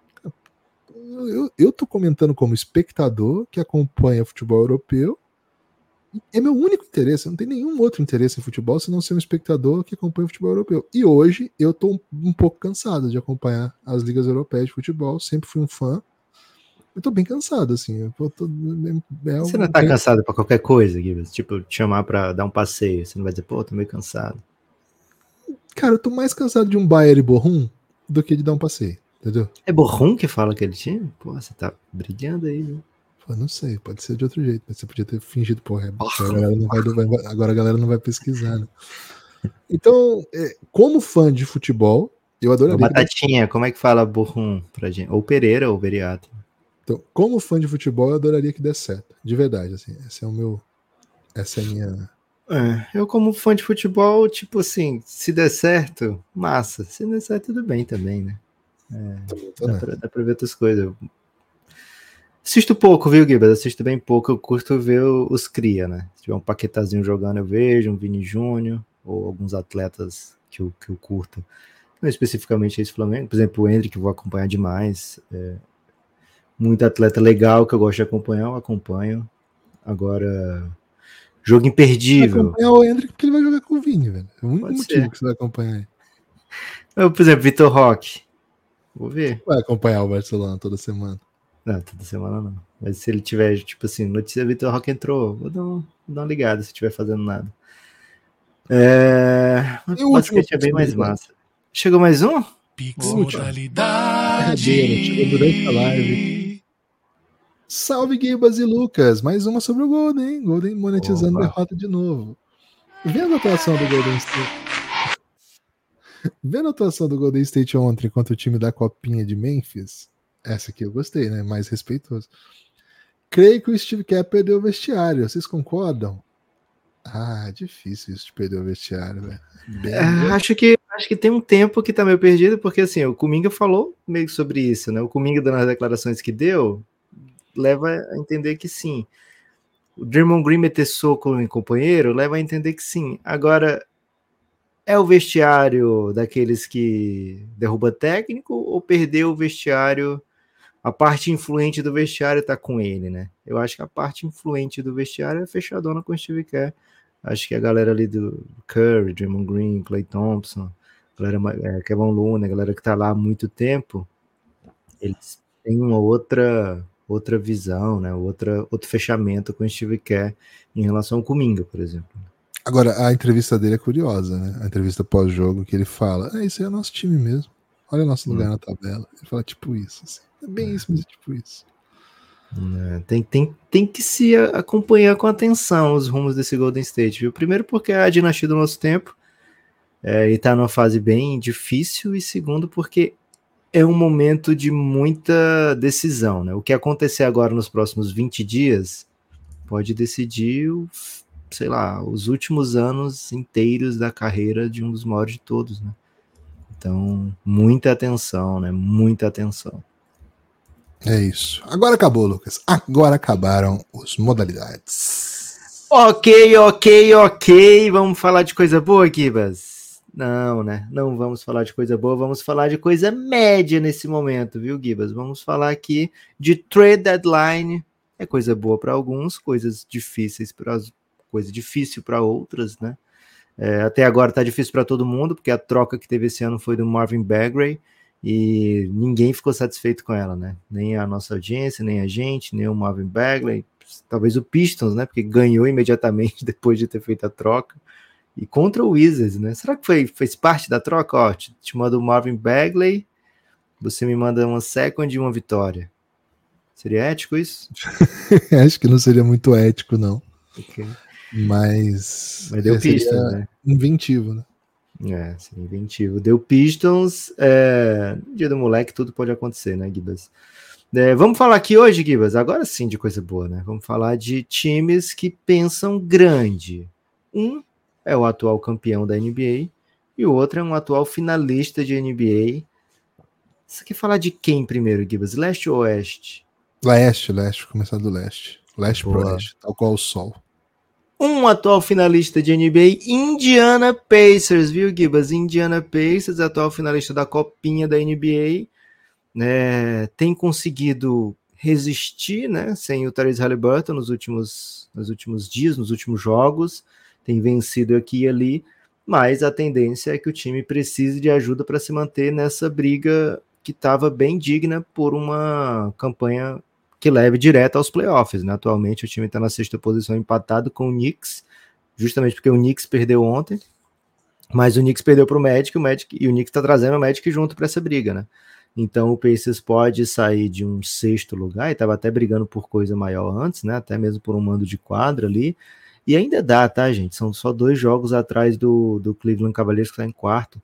Eu, eu tô comentando como espectador que acompanha futebol europeu. É meu único interesse, eu não tenho nenhum outro interesse em futebol senão ser um espectador que acompanha o futebol europeu. E hoje eu tô um, um pouco cansado de acompanhar as ligas europeias de futebol, sempre fui um fã. Eu tô bem cansado, assim. Eu tô, é, você não tá tem... cansado pra qualquer coisa, Guilherme? Tipo, te chamar pra dar um passeio, você não vai dizer, pô, tô meio cansado. Cara, eu tô mais cansado de um Bayern e Bochum do que de dar um passeio, entendeu? É Bochum que fala aquele time? Pô, você tá brilhando aí, viu? Pô, não sei, pode ser de outro jeito, mas você podia ter fingido, porra, a galera não vai, vai, agora a galera não vai pesquisar, né? Então, é, como fã de futebol, eu adoraria... Batatinha, que... como é que fala Bochum pra gente? Ou Pereira ou Veriato. Então, como fã de futebol, eu adoraria que desse certo, de verdade, assim, esse é o meu... Essa é a minha... É, eu como fã de futebol, tipo assim, se der certo, massa. Se não der certo, tudo bem também, né? É, tô, dá, pra, dá pra ver outras coisas. Assisto pouco, viu, Guilherme? Assisto bem pouco. Eu curto ver os cria, né? Se tiver um Paquetazinho jogando, eu vejo, um Vini Júnior, ou alguns atletas que eu, que eu curto. Não especificamente esse Flamengo. Por exemplo, o Hendrick, que eu vou acompanhar demais. É, muito atleta legal que eu gosto de acompanhar, eu acompanho. Agora... Jogo imperdível. Vai acompanhar o Hendrick porque ele vai jogar com o Vini, velho. É o único Pode motivo ser. que você vai acompanhar ele. Eu, por exemplo, Vitor Roque. Vou ver. Vai acompanhar o Barcelona toda semana. Não, toda semana não. Mas se ele tiver, tipo assim, notícia Vitor Roque entrou, vou dar, um, vou dar uma ligada se estiver fazendo nada. É... O basquete é bem mais massa. Chegou mais um? Pix modalidade. Chegou durante a live. Salve, Guibas e Lucas! Mais uma sobre o Golden, hein? Golden monetizando Opa. derrota de novo. Vendo a atuação do Golden State. Vendo a atuação do Golden State ontem contra o time da Copinha de Memphis, essa aqui eu gostei, né? Mais respeitoso. Creio que o Steve Kerr perdeu o vestiário. Vocês concordam? Ah, difícil isso de perder o vestiário, velho. É, acho, que, acho que tem um tempo que tá meio perdido, porque assim, o Kuminga falou meio sobre isso, né? O Kuminga, dando as declarações que deu, leva a entender que sim. O Draymond Green meter soco em companheiro leva a entender que sim. Agora, é o vestiário daqueles que derruba técnico ou perdeu o vestiário, a parte influente do vestiário tá com ele, né? Eu acho que a parte influente do vestiário é fechadona com o Steve Kerr. Acho que a galera ali do Curry, Draymond Green, Klay Thompson, galera, é, Kevin Looney, a galera que tá lá há muito tempo, eles têm uma outra... outra visão, né? Outra, outro fechamento com o Steve Kerr em relação ao Kuminga, por exemplo. Agora, a entrevista dele é curiosa, né? A entrevista pós-jogo que ele fala, é, isso aí é nosso time mesmo. Olha o nosso lugar hum. na tabela. Ele fala tipo isso. Assim. É bem é. isso, mas é tipo isso. É, tem, tem, tem que se acompanhar com atenção os rumos desse Golden State, viu? Primeiro porque é a dinastia do nosso tempo é, e tá numa fase bem difícil, e segundo porque é um momento de muita decisão, né? O que acontecer agora nos próximos vinte dias pode decidir, o, sei lá, os últimos anos inteiros da carreira de um dos maiores de todos, né? Então, muita atenção, né? Muita atenção. É isso. Agora acabou, Lucas. Agora acabaram as modalidades. Ok, ok, ok. Vamos falar de coisa boa, Gibas? Não, né? Não vamos falar de coisa boa, vamos falar de coisa média nesse momento, viu, Gibas? Vamos falar aqui de trade deadline. É coisa boa para alguns, coisas difíceis para coisa difícil para outras, né? É, até agora tá difícil para todo mundo, porque a troca que teve esse ano foi do Marvin Bagley e ninguém ficou satisfeito com ela, né? Nem a nossa audiência, nem a gente, nem o Marvin Bagley, talvez o Pistons, né? Porque ganhou imediatamente depois de ter feito a troca. E contra o Wizards, né? Será que foi, fez parte da troca? Ó, te, te mando o Marvin Bagley, você me manda uma second e uma vitória. Seria ético isso? Acho que não seria muito ético, não. Okay. Mas, Mas deu Pistons, né? Inventivo, né? É, seria inventivo. Deu Pistons, é... dia do moleque tudo pode acontecer, né, Gibas? É, vamos falar aqui hoje, Gibas, agora sim de coisa boa, né? Vamos falar de times que pensam grande. Um é o atual campeão da N B A e o outro é um atual finalista de N B A. Você quer falar de quem primeiro, Gibas? Leste ou oeste? Leste, leste, começar do leste. Leste Boa. pro oeste, tal qual o sol. Um atual finalista de N B A, Indiana Pacers, viu, Gibas? Indiana Pacers, atual finalista da Copinha da N B A, né, tem conseguido resistir, né, sem o Tyrese Haliburton nos últimos, nos últimos dias, nos últimos jogos, tem vencido aqui e ali, mas a tendência é que o time precise de ajuda para se manter nessa briga que estava bem digna por uma campanha que leve direto aos playoffs, né? Atualmente o time está na sexta posição empatado com o Knicks, justamente porque o Knicks perdeu ontem, mas o Knicks perdeu para o Magic, o Magic e o Knicks está trazendo o Magic junto para essa briga, né? Então o Pacers pode sair de um sexto lugar, e estava até brigando por coisa maior antes, né? Até mesmo por um mando de quadra ali, e ainda dá, tá, gente? São só dois jogos atrás do, do Cleveland Cavaliers, que está em quarto,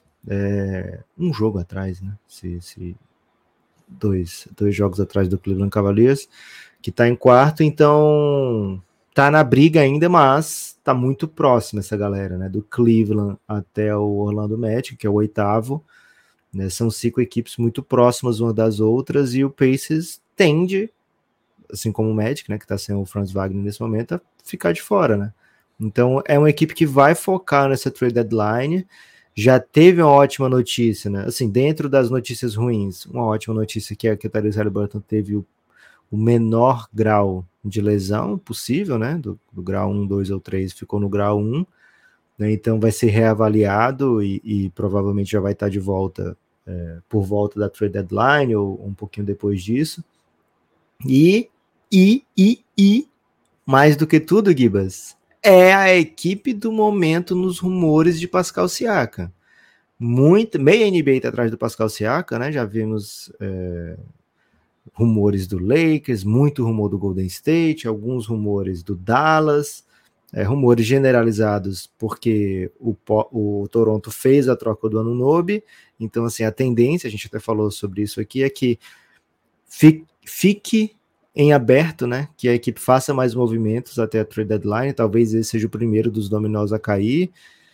é, um jogo atrás, né? Se... se Dois, dois jogos atrás do Cleveland Cavaliers, que tá em quarto, então tá na briga ainda, mas tá muito próximo essa galera, né, do Cleveland até o Orlando Magic, que é o oitavo, né, são cinco equipes muito próximas uma das outras, e o Pacers tende, assim como o Magic, né, que tá sem o Franz Wagner nesse momento, a ficar de fora, né, então é uma equipe que vai focar nessa trade deadline. Já teve uma ótima notícia, né? Assim, dentro das notícias ruins, uma ótima notícia que é que o Tyrese Haliburton teve o, o menor grau de lesão possível, né? Do, do grau um, dois ou três, ficou no grau um, né? Então vai ser reavaliado e, e provavelmente já vai estar de volta é, por volta da trade deadline ou um pouquinho depois disso. E, e, e, e, mais do que tudo, Gibas, é a equipe do momento nos rumores de Pascal Siakam. Muito, meia N B A está atrás do Pascal Siakam, né? Já vimos é, rumores do Lakers, muito rumor do Golden State, alguns rumores do Dallas, é, rumores generalizados porque o, o Toronto fez a troca do Anunoby, então assim, a tendência, a gente até falou sobre isso aqui, é que fique, fique em aberto, né, que a equipe faça mais movimentos até a trade deadline, talvez esse seja o primeiro dos dominós a cair,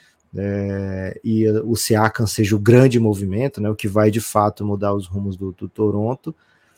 é, e o Siakam seja o grande movimento, né, o que vai de fato mudar os rumos do, do Toronto,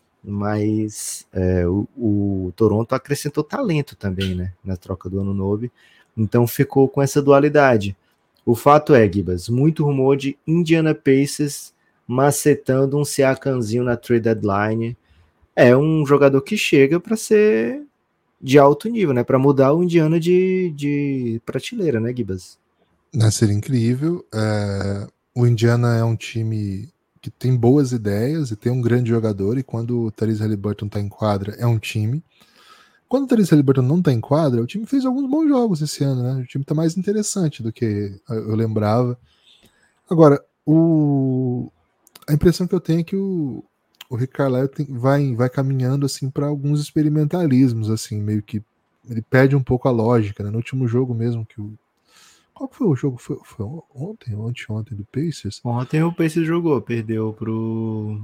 mas é, o, o Toronto acrescentou talento também, né, na troca do Anunoby, então ficou com essa dualidade. O fato é, Gibas, muito rumor de Indiana Pacers macetando um Siakamzinho na trade deadline. É um jogador que chega para ser de alto nível, né? Para mudar o Indiana de, de prateleira, né, Gibas? Seria incrível. É, o Indiana é um time que tem boas ideias e tem um grande jogador, e quando o Tyrese Haliburton tá em quadra, é um time. Quando o Tyrese Haliburton não tá em quadra, o time fez alguns bons jogos esse ano, né? O time tá mais interessante do que eu lembrava. Agora, o... a impressão que eu tenho é que o o Rick Carlisle tem, vai, vai caminhando assim para alguns experimentalismos, assim, meio que ele perde um pouco a lógica, né? No último jogo mesmo, que o, Qual que foi o jogo? Foi, foi ontem, ontem, ontem do Pacers? Ontem o Pacers jogou, perdeu pro...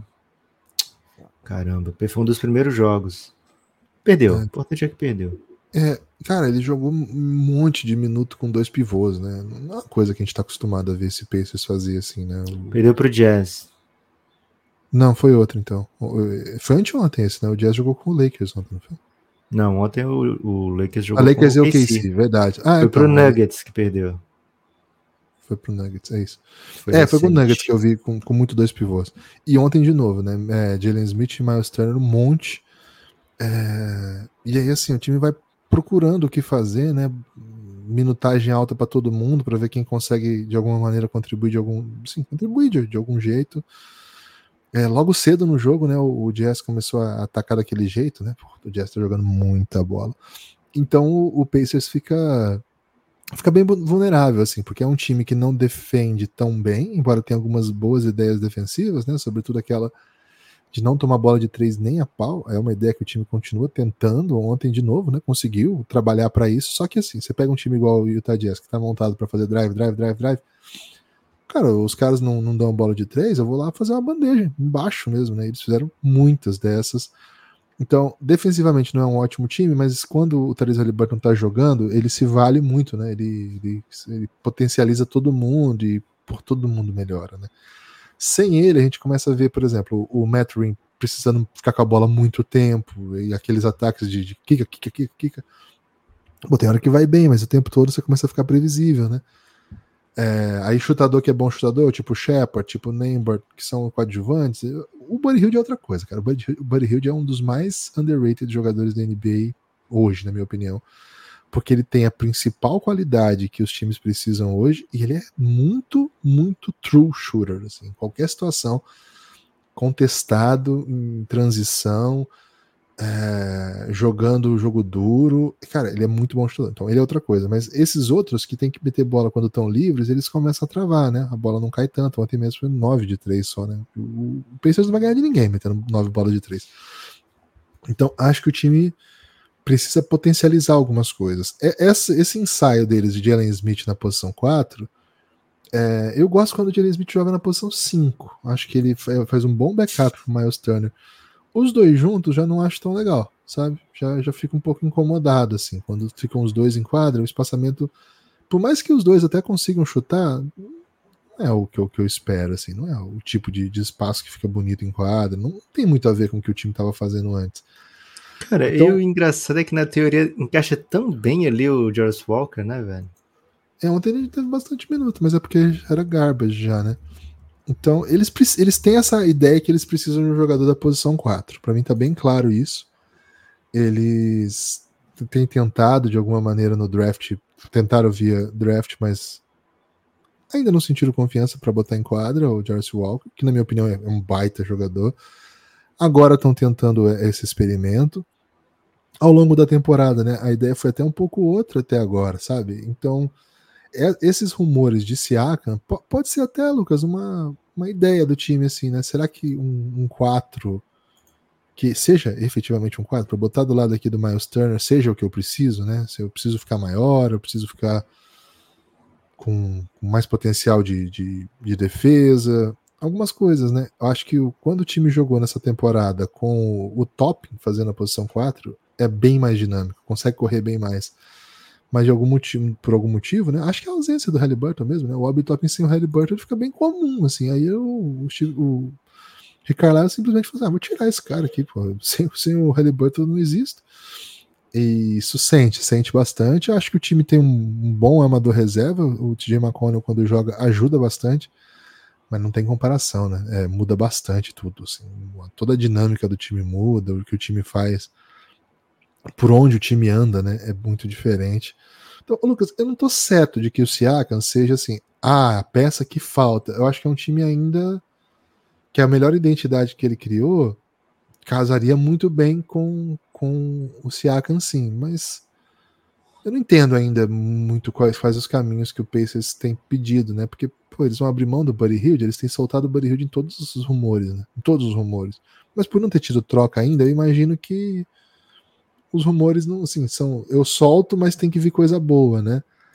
Caramba, foi um dos primeiros jogos. Perdeu, o É, importante é que perdeu. é, cara, ele jogou um monte de minuto com dois pivôs, né? Não é uma coisa que a gente tá acostumado a ver esse Pacers fazer assim, né? O... Perdeu pro Jazz. Não, foi outro então. Foi anteontem esse, né? O Jazz jogou com o Lakers ontem, não foi? Não, ontem o, o Lakers A jogou Lakers com e o o K C. K C, verdade. Ah, Foi então, pro Nuggets que perdeu. Foi pro Nuggets, é isso. Foi é, foi com o recente. Nuggets que eu vi com, com muito dois pivôs. E ontem de novo, né? É, Jalen Smith e Miles Turner, um monte. É, e aí, assim, o time vai procurando o que fazer, né? Minutagem alta para todo mundo, para ver quem consegue de alguma maneira contribuir de algum, sim, contribuir de, de algum jeito. É, logo cedo no jogo, né? O, o Jazz começou a atacar daquele jeito, né? O Jazz tá jogando muita bola. Então o, o Pacers fica fica bem vulnerável, assim, porque é um time que não defende tão bem, embora tenha algumas boas ideias defensivas, né? Sobretudo aquela de não tomar bola de três nem a pau, é uma ideia que o time continua tentando. Ontem de novo, né, conseguiu trabalhar para isso, só que assim, você pega um time igual o Utah Jazz, que tá montado para fazer drive, drive, drive, drive, cara, os caras não, não dão bola de três, eu vou lá fazer uma bandeja, embaixo mesmo, né, eles fizeram muitas dessas. Então, defensivamente não é um ótimo time, mas quando o Tyrese Haliburton tá jogando, ele se vale muito, né, ele, ele, ele potencializa todo mundo e por todo mundo melhora, né. Sem ele, a gente começa a ver, por exemplo, o Matt Rim precisando ficar com a bola muito tempo, e aqueles ataques de, de kika, kika, kika, kika. Bom, tem hora que vai bem, mas o tempo todo você começa a ficar previsível, né? É, aí chutador que é bom chutador, tipo Shepard, tipo Nembhard, que são coadjuvantes. O Buddy Hield é outra coisa, cara. O Buddy, o Buddy Hield é um dos mais underrated jogadores da N B A hoje, na minha opinião. Porque ele tem a principal qualidade que os times precisam hoje, e ele é muito, muito true shooter, assim, qualquer situação, contestado, em transição, é, jogando o jogo duro, cara, ele é muito bom chutador, então ele é outra coisa, mas esses outros que tem que meter bola quando estão livres, eles começam a travar, né, a bola não cai tanto, ontem mesmo foi nove de três só, né, o, o Pacers não vai ganhar de ninguém metendo nove bolas de três, então acho que o time precisa potencializar algumas coisas. Esse, esse ensaio deles de Jalen Smith na posição quatro, é, eu gosto quando o Jalen Smith joga na posição cinco. Acho que ele faz um bom backup pro Miles Turner. Os dois juntos já não acho tão legal, sabe? Já, já fico um pouco incomodado, assim. Quando ficam os dois em quadra, o espaçamento... Por mais que os dois até consigam chutar, não é o que eu, que eu espero, assim. Não é o tipo de, de espaço que fica bonito em quadra. Não tem muito a ver com o que o time estava fazendo antes. Cara, então, e o engraçado é que na teoria encaixa tão bem ali o Jarvis Walker, né, velho? É, ontem ele teve bastante minuto, mas é porque era garbage já, né? Então, eles, eles têm essa ideia que eles precisam de um jogador da posição quatro. Pra mim tá bem claro isso. Eles têm tentado de alguma maneira no draft, tentaram via draft, mas ainda não sentiram confiança para botar em quadra o Jarvis Walker, que na minha opinião é um baita jogador. Agora estão tentando esse experimento. Ao longo da temporada, né? A ideia foi até um pouco outra até agora, sabe? Então, é, esses rumores de Siakam, pode ser até, Lucas, uma, uma ideia do time, assim, né? Será que um quatro, que seja efetivamente um quatro, para botar do lado aqui do Miles Turner, seja o que eu preciso, né? Se eu preciso ficar maior, eu preciso ficar com, com mais potencial de, de, de defesa, algumas coisas, né? Eu acho que o, quando o time jogou nessa temporada com o, o top fazendo a posição quatro, é bem mais dinâmico, consegue correr bem mais. Mas de algum motivo, por algum motivo, né? Acho que é a ausência do Haliburton mesmo, né? O Obi Toppin sem o Haliburton fica bem comum, assim. Aí eu, o, o Rick Carlisle simplesmente falou assim, ah, vou tirar esse cara aqui, pô. Sem, sem o Haliburton eu não existo. E isso sente, sente bastante. Eu acho que o time tem um, um bom amador reserva. O T J McConnell, quando joga, ajuda bastante. Mas não tem comparação, né? É, muda bastante tudo, assim. Toda a dinâmica do time muda, o que o time faz, por onde o time anda, né? É muito diferente. Então, Lucas, eu não tô certo de que o Siakam seja assim, ah, a peça que falta. Eu acho que é um time ainda que a melhor identidade que ele criou casaria muito bem com, com o Siakam, sim, mas eu não entendo ainda muito quais, quais os caminhos que o Pacers tem pedido, né? Porque, pô, eles vão abrir mão do Buddy Hield, eles têm soltado o Buddy Hield em todos os rumores, né? Em todos os rumores. Mas por não ter tido troca ainda, eu imagino que os rumores não, assim, são, eu solto, mas tem que vir coisa boa, né?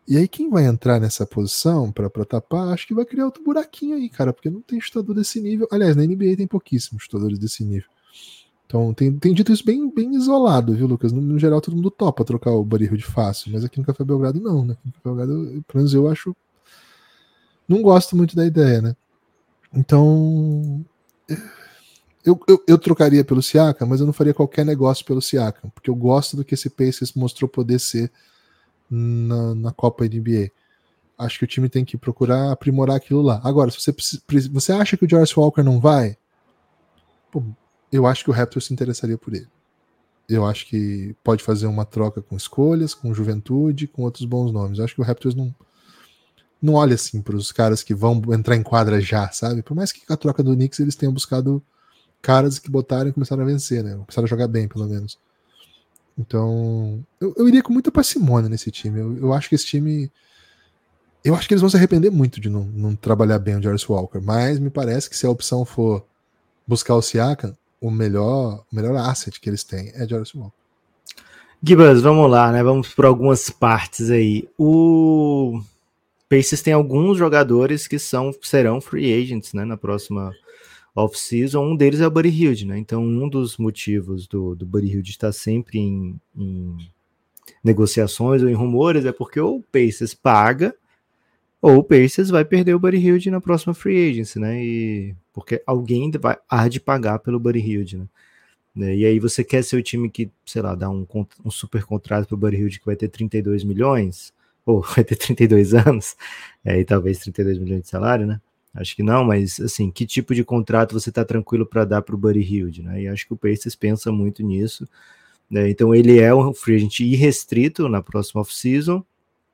E aí quem vai entrar nessa posição pra, pra tapar, acho que vai criar outro buraquinho aí, cara, porque não tem chutador desse nível. Aliás, na N B A tem pouquíssimos chutadores desse nível. Então tem, tem dito isso bem, bem isolado, viu, Lucas? No, no geral todo mundo topa trocar o Buddy Hield fácil, mas aqui no Café Belgrado não, né? Aqui no Café Belgrado, eu, pelo menos eu acho... Não gosto muito da ideia, né? Então... Eu, eu, eu trocaria pelo Siakam, mas eu não faria qualquer negócio pelo Siakam, porque eu gosto do que esse Pacers mostrou poder ser na, na Copa N B A. Acho que o time tem que procurar aprimorar aquilo lá. Agora, se você, você acha que o Jarvis Walker não vai, pô, eu acho que o Raptors se interessaria por ele. Eu acho que pode fazer uma troca com escolhas, com juventude, com outros bons nomes. Eu acho que o Raptors não, não olha assim para os caras que vão entrar em quadra já, sabe? Por mais que com a troca do Knicks eles tenham buscado caras que botaram e começaram a vencer, né? Começaram a jogar bem, pelo menos. Então, eu, eu iria com muita parcimônia nesse time. Eu, eu acho que esse time... Eu acho que eles vão se arrepender muito de não, não trabalhar bem o Jarvis Walker, mas me parece que se a opção for buscar o Siakam, o melhor, o melhor asset que eles têm é Jarvis Walker. Gibas, vamos lá, né? Vamos por algumas partes aí. O Pacers tem alguns jogadores que são, serão free agents, né, na próxima off-season. Um deles é o Buddy Hield, né? Então, um dos motivos do, do Buddy Hield estar sempre em, em negociações ou em rumores é porque ou o Pacers paga ou o Pacers vai perder o Buddy Hield na próxima free agency, né? E porque alguém vai há de pagar pelo Buddy Hield, né? E aí você quer ser o time que, sei lá, dá um, um super contrato pro Buddy Hield que vai ter trinta e dois milhões, ou vai ter trinta e dois anos, é, e talvez trinta e dois milhões de salário, né? Acho que não, mas assim, que tipo de contrato você tá tranquilo para dar pro Buddy Hield, né? E acho que o Pacers pensa muito nisso, né? Então ele é um free agent irrestrito na próxima off-season.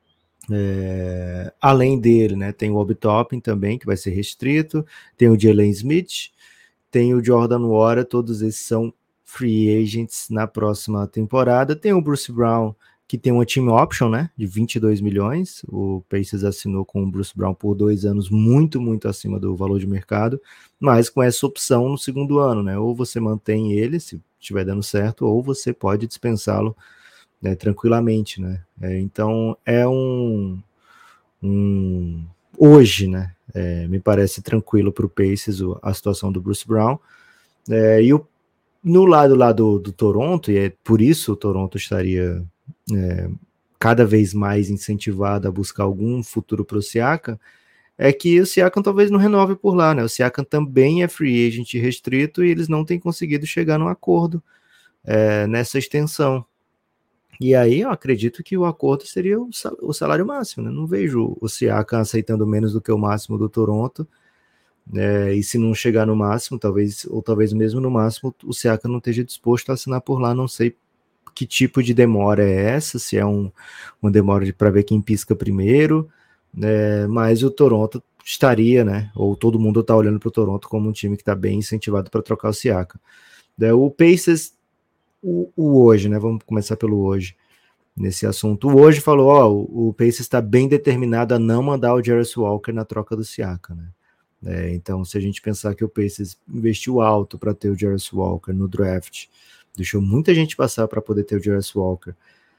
É, além dele, né, tem o Obi Toppin também, que vai ser restrito, tem o Jalen Smith, tem o Jordan Nwora, todos esses são free agents na próxima temporada. Tem o Bruce Brown, que tem uma team option, né, de vinte e dois milhões, o Pacers assinou com o Bruce Brown por dois anos, muito, muito acima do valor de mercado, mas com essa opção no segundo ano, né, ou você mantém ele, se estiver dando certo, ou você pode dispensá-lo, né, tranquilamente, né? É, então é um, um hoje, né? É, me parece tranquilo para o Pacers a situação do Bruce Brown. É, e o, no lado lá do, do Toronto, e é por isso o Toronto estaria é, cada vez mais incentivado a buscar algum futuro para o Siakam, é que o Siakam talvez não renove por lá, né? O Siakam também é free agent restrito e eles não têm conseguido chegar num acordo é, nessa extensão. E aí eu acredito que o acordo seria o salário máximo, né? Não vejo o Siakam aceitando menos do que o máximo do Toronto, né? E se não chegar no máximo, talvez, ou talvez mesmo no máximo, o Siakam não esteja disposto a assinar por lá. Não sei que tipo de demora é essa, se é um, uma demora de, para ver quem pisca primeiro, né? Mas o Toronto estaria, né? Ou todo mundo está olhando para o Toronto como um time que está bem incentivado para trocar o Siakam. O Pacers, O, o hoje, né? Vamos começar pelo hoje nesse assunto. O hoje falou, ó, o, o Pacers está bem determinado a não mandar o Jarvis Walker na troca do Siakam, né? É, então, se a gente pensar que o Pacers investiu alto para ter o Jarvis Walker no draft, deixou muita gente passar para poder ter o Jarvis Walker,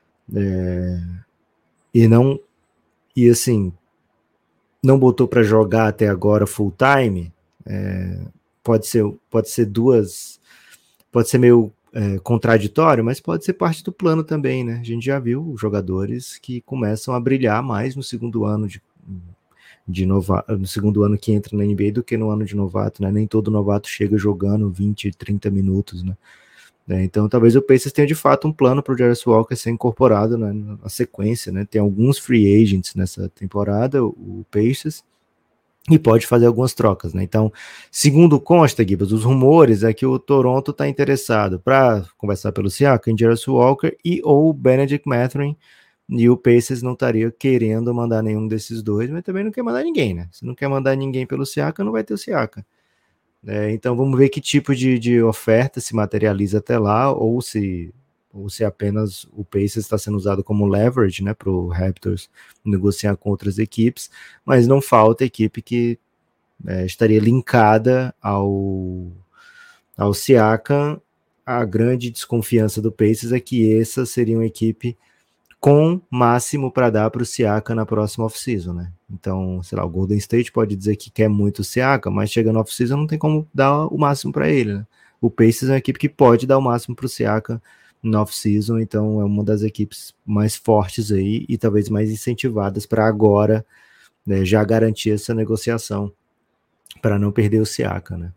é, e não, e assim, não botou para jogar até agora full time, é, pode ser, pode ser duas, pode ser meio É, contraditório, mas pode ser parte do plano também, né? A gente já viu jogadores que começam a brilhar mais no segundo ano de, de novato, no segundo ano que entra na N B A do que no ano de novato, né? Nem todo novato chega jogando vinte, trinta minutos, né? É, então talvez o Pacers tenha de fato um plano para o Jarvis Walker ser incorporado, né, na sequência, né? Tem alguns free agents nessa temporada, o Pacers, e pode fazer algumas trocas, né? Então, segundo consta, Gibas, os rumores é que o Toronto está interessado para conversar pelo Siakam, Jarvis Walker e ou Bennedict Mathurin, e o Pacers não estaria querendo mandar nenhum desses dois, mas também não quer mandar ninguém, né? Se não quer mandar ninguém pelo Siakam, não vai ter o Siakam. É, então vamos ver que tipo de, de oferta se materializa até lá, ou se ou se apenas o Pacers está sendo usado como leverage, né, para o Raptors negociar com outras equipes, mas não falta equipe que é, estaria linkada ao, ao Siakam. A grande desconfiança do Pacers é que essa seria uma equipe com máximo para dar para o Siakam na próxima off-season, né? Então, sei lá, o Golden State pode dizer que quer muito o Siakam, mas chegando na off-season não tem como dar o máximo para ele, né? O Pacers é uma equipe que pode dar o máximo para o Siakam na off-season, então é uma das equipes mais fortes aí e talvez mais incentivadas para agora, né, já garantir essa negociação para não perder o Siakam, né?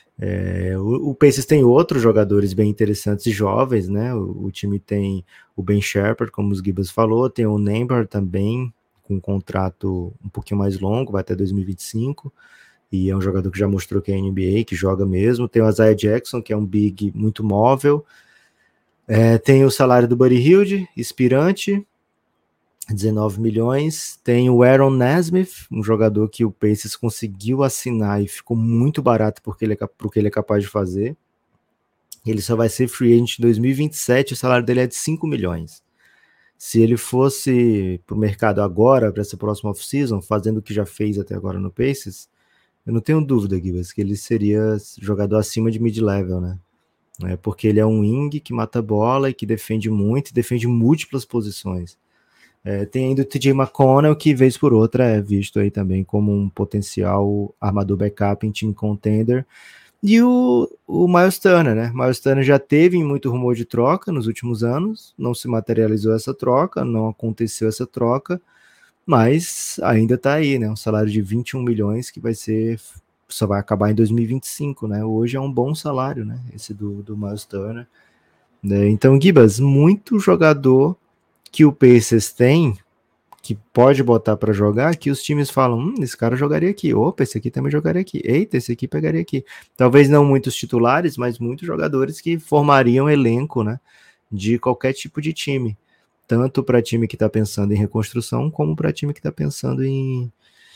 É, o, o Pacers tem outros jogadores bem interessantes e jovens, né? O, o time tem o Ben Shepherd, como os Gibbs falou, tem o Nembhard também, com um contrato um pouquinho mais longo, vai até dois mil e vinte e cinco, e é um jogador que já mostrou que é N B A, que joga mesmo. Tem o Isaiah Jackson, que é um big muito móvel. É, tem o salário do Buddy Hield, expirante, dezenove milhões. Tem o Aaron Nesmith, um jogador que o Pacers conseguiu assinar e ficou muito barato porque ele é, pro que ele é capaz de fazer. Ele só vai ser free agent em dois mil e vinte e sete, o salário dele é de cinco milhões. Se ele fosse para o mercado agora, para essa próxima off-season, fazendo o que já fez até agora no Pacers, eu não tenho dúvida, Gibbs, que ele seria jogador acima de mid-level, né? É porque ele é um wing que mata bola e que defende muito, e defende múltiplas posições. É, tem ainda o T J McConnell, que vez por outra é visto aí também como um potencial armador backup em time contender. E o, o Miles Turner, né? Miles Turner já teve muito rumor de troca nos últimos anos, não se materializou essa troca, não aconteceu essa troca, mas ainda tá aí, né? Um salário de vinte e um milhões que vai ser, só vai acabar em dois mil e vinte e cinco, né? Hoje é um bom salário, né? Esse do, do Miles Turner. Né? Então, Gibas, muito jogador que o Pacers tem, que pode botar para jogar, que os times falam, hum, esse cara jogaria aqui, opa, esse aqui também jogaria aqui, eita, esse aqui pegaria aqui. Talvez não muitos titulares, mas muitos jogadores que formariam elenco, né, de qualquer tipo de time, tanto para time que está pensando em reconstrução, como para time que está pensando em,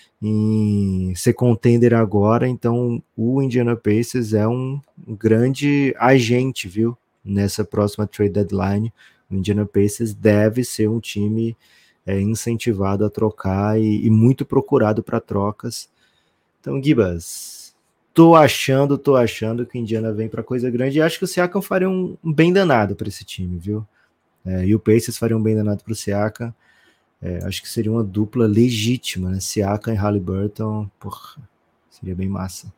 em ser contender agora. Então o Indiana Pacers é um grande agente, viu, nessa próxima trade deadline. O Indiana Pacers deve ser um time é, incentivado a trocar e, e muito procurado para trocas. Então, Gibas, tô achando, tô achando que o Indiana vem para coisa grande e acho que o Siakam faria um, um bem danado para esse time, viu? É, e o Pacers faria um bem danado para o Siakam. É, acho que seria uma dupla legítima, né? Siakam e Haliburton, porra, seria bem massa.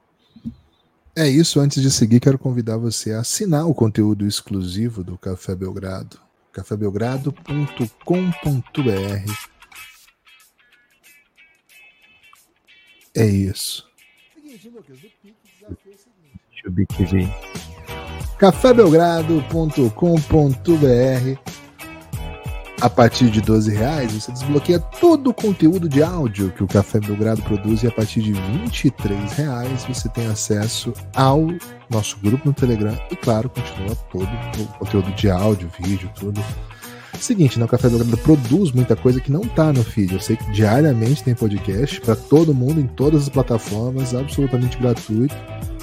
É isso, antes de seguir, quero convidar você a assinar o conteúdo exclusivo do Café Belgrado, café belgrado ponto com ponto b r. É isso. Deixa eu ver que vem. café belgrado ponto com ponto b r. A partir de doze reais, você desbloqueia todo o conteúdo de áudio que o Café Belgrado produz, e a partir de vinte e três reais você tem acesso ao nosso grupo no Telegram e, claro, continua todo o conteúdo de áudio, vídeo, tudo. Seguinte, né, o Café Belgrado produz muita coisa que não tá no feed. Eu sei que diariamente tem podcast para todo mundo em todas as plataformas, absolutamente gratuito.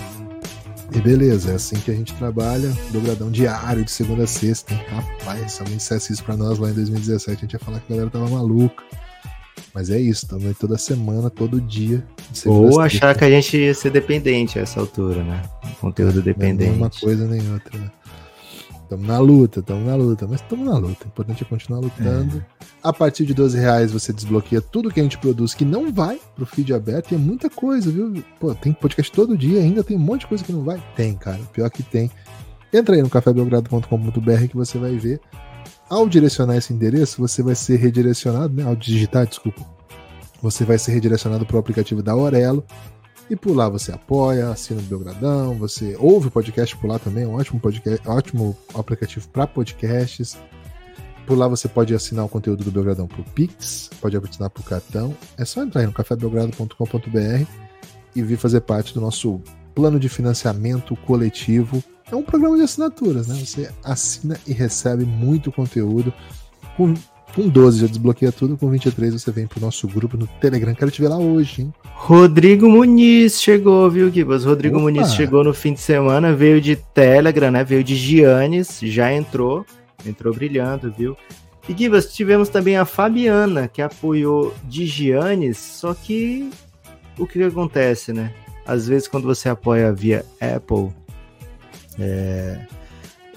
E beleza, é assim que a gente trabalha, Belgradão diário, de segunda a sexta. Rapaz, se alguém dissesse isso pra nós lá em dois mil e dezessete, a gente ia falar que a galera tava maluca. Mas é isso, estamos aí toda semana, todo dia. Ou achar que a gente ia ser dependente a essa altura, né? Conteúdo dependente. Não é uma coisa nem outra, né? Estamos na luta, estamos na luta, mas estamos na luta. O importante é continuar lutando. É. A partir de doze reais você desbloqueia tudo que a gente produz que não vai pro feed aberto. E é muita coisa, viu? Pô, tem podcast todo dia, ainda tem um monte de coisa que não vai. Tem, cara, pior que tem. Entra aí no café belgrado ponto com ponto b r que você vai ver. Ao direcionar esse endereço, você vai ser redirecionado, né? Ao digitar, desculpa. Você vai ser redirecionado para o aplicativo da Aurelo. E por lá você apoia, assina o Belgradão, você ouve o podcast por lá também, um ótimo, podcast, ótimo aplicativo para podcasts. Por lá você pode assinar o conteúdo do Belgradão por Pix, pode assinar por cartão. É só entrar aí no café belgrado ponto com ponto b r e vir fazer parte do nosso plano de financiamento coletivo. É um programa de assinaturas, né? Você assina e recebe muito conteúdo. Com Com doze já desbloqueia tudo, com vinte e três você vem pro nosso grupo no Telegram. Quero te ver lá hoje, hein? Rodrigo Muniz chegou, viu, Gibas? Rodrigo Opa. Muniz chegou no fim de semana, veio de Telegram, né? Veio de Giannis, já entrou, entrou brilhando, viu? E Gibas, tivemos também a Fabiana, que apoiou de Giannis, só que o que, que acontece, né? Às vezes quando você apoia via Apple, é...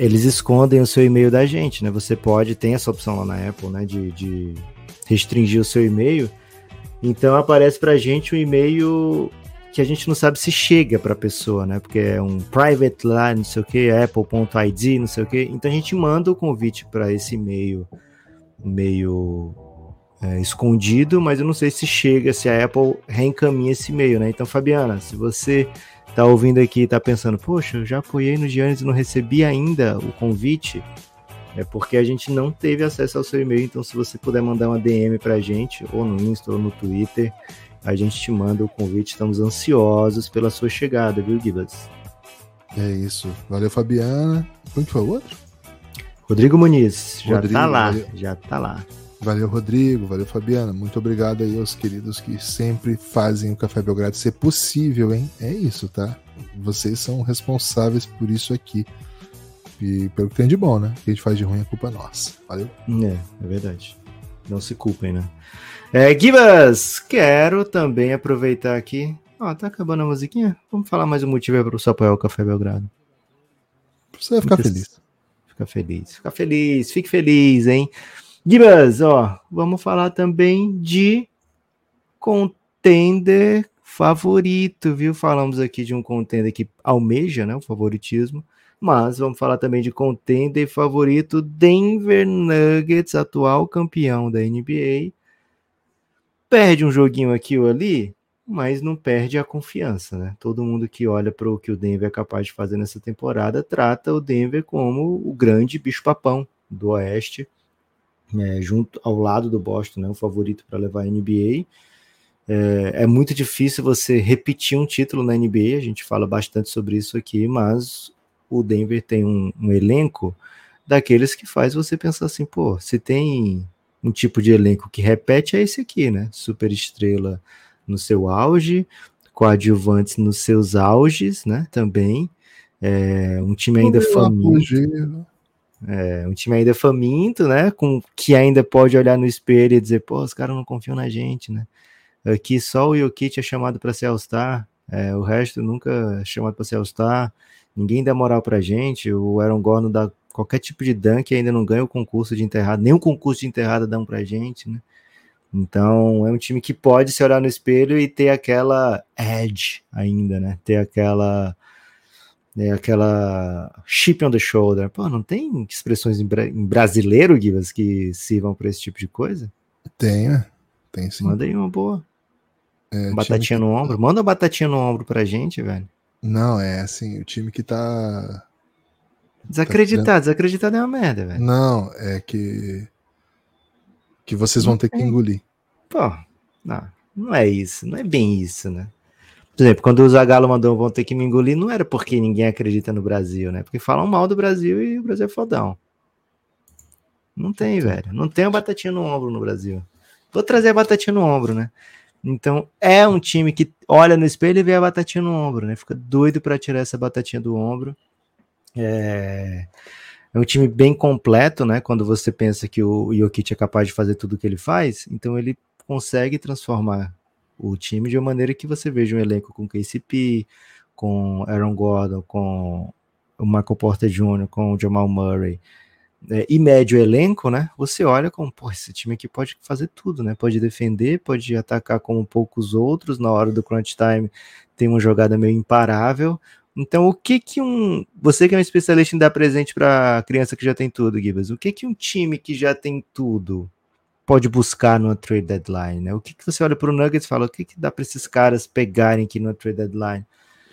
eles escondem o seu e-mail da gente, né? Você pode, tem essa opção lá na Apple, né? De, de restringir o seu e-mail. Então aparece pra gente um e-mail que a gente não sabe se chega pra pessoa, né? Porque é um private lá, não sei o que, apple ponto i d, não sei o que. Então a gente manda o convite para esse e-mail, e-mail é, escondido, mas eu não sei se chega, se a Apple reencaminha esse e-mail, né? Então, Fabiana, se você tá ouvindo aqui e tá pensando, poxa, eu já apoiei no Giannis e não recebi ainda o convite, é porque a gente não teve acesso ao seu e-mail. Então, se você puder mandar uma D M pra gente, ou no Insta, ou no Twitter, a gente te manda o convite. Estamos ansiosos pela sua chegada, viu, Gibas? É isso. Valeu, Fabiana. Quem que foi o outro? Rodrigo Muniz, já Rodrigo, tá lá, valeu. já tá lá. Valeu, Rodrigo. Valeu, Fabiana. Muito obrigado aí aos queridos que sempre fazem o Café Belgrado ser possível, hein? É isso, tá? Vocês são responsáveis por isso aqui. E pelo que tem de bom, né? O que a gente faz de ruim é culpa nossa. Valeu? É, é verdade. Não se culpem, né? É, Gibas, quero também aproveitar aqui. Ó, tá acabando a musiquinha? Vamos falar mais um motivo aí para você apoiar o Café Belgrado. Pra você ficar Fica- feliz. Fica feliz, fica feliz, fique feliz, hein? Gibas, ó, vamos falar também de contender favorito, viu? Falamos aqui de um contender que almeja, né, o favoritismo, mas vamos falar também de contender favorito Denver Nuggets, atual campeão da N B A. Perde um joguinho aqui ou ali, mas não perde a confiança, né? Todo mundo que olha para o que o Denver é capaz de fazer nessa temporada trata o Denver como o grande bicho-papão do Oeste, né? Junto ao lado do Boston, né? O favorito para levar a N B A. É, é muito difícil você repetir um título na N B A, a gente fala bastante sobre isso aqui, mas o Denver tem um, um elenco daqueles que faz você pensar assim, pô, se tem um tipo de elenco que repete, é esse aqui, né? Super estrela no seu auge, coadjuvantes nos seus auges, né? Também. É, um time ainda faminto. É, um time ainda faminto, né? Com, que ainda pode olhar no espelho e dizer, pô, os caras não confiam na gente, né? Aqui só o Jokic é chamado para ser All-Star, é, o resto nunca é chamado para ser All-Star, ninguém dá moral pra gente, o Aaron Gordon dá qualquer tipo de dunk e ainda não ganha o concurso de enterrada, nem o concurso de enterrada dão pra gente, né? Então é um time que pode se olhar no espelho e ter aquela edge ainda, né? Ter aquela né, aquela chip on the shoulder. Pô, não tem expressões em, bra- em brasileiro, Givas, que sirvam para esse tipo de coisa? Tem, né? Tem sim. Manda aí uma boa. É, Batatinha time no que- ombro. Manda uma batatinha no ombro pra gente, velho. Não, é assim, o time que tá. Desacreditar, desacreditar é uma merda, velho. Não, é que. Que vocês vão ter que engolir. Pô, não, não é isso, não é bem isso, né? Por exemplo, quando o Zagallo mandou vão ter que me engolir, não era porque ninguém acredita no Brasil, né? Porque falam mal do Brasil e o Brasil é fodão. Não tem, velho. Não tem a batatinha no ombro no Brasil. Vou trazer a batatinha no ombro, né? Então, é um time que olha no espelho e vê a batatinha no ombro, né? Fica doido pra tirar essa batatinha do ombro. É... é um time bem completo, né? Quando você pensa que o Jokic é capaz de fazer tudo o que ele faz, então ele consegue transformar o time de uma maneira que você veja um elenco com K C P, com Aaron Gordon, com o Michael Porter Júnior, com o Jamal Murray, é, e médio elenco, né? Você olha como, pô, esse time aqui pode fazer tudo, né? Pode defender, pode atacar como poucos outros, na hora do crunch time tem uma jogada meio imparável. Então, o que que um... Você que é um especialista em dar presente para criança que já tem tudo, Gibas, o que que um time que já tem tudo pode buscar numa trade deadline, né? O que que você olha para o Nuggets e fala, o que que dá para esses caras pegarem aqui numa trade deadline?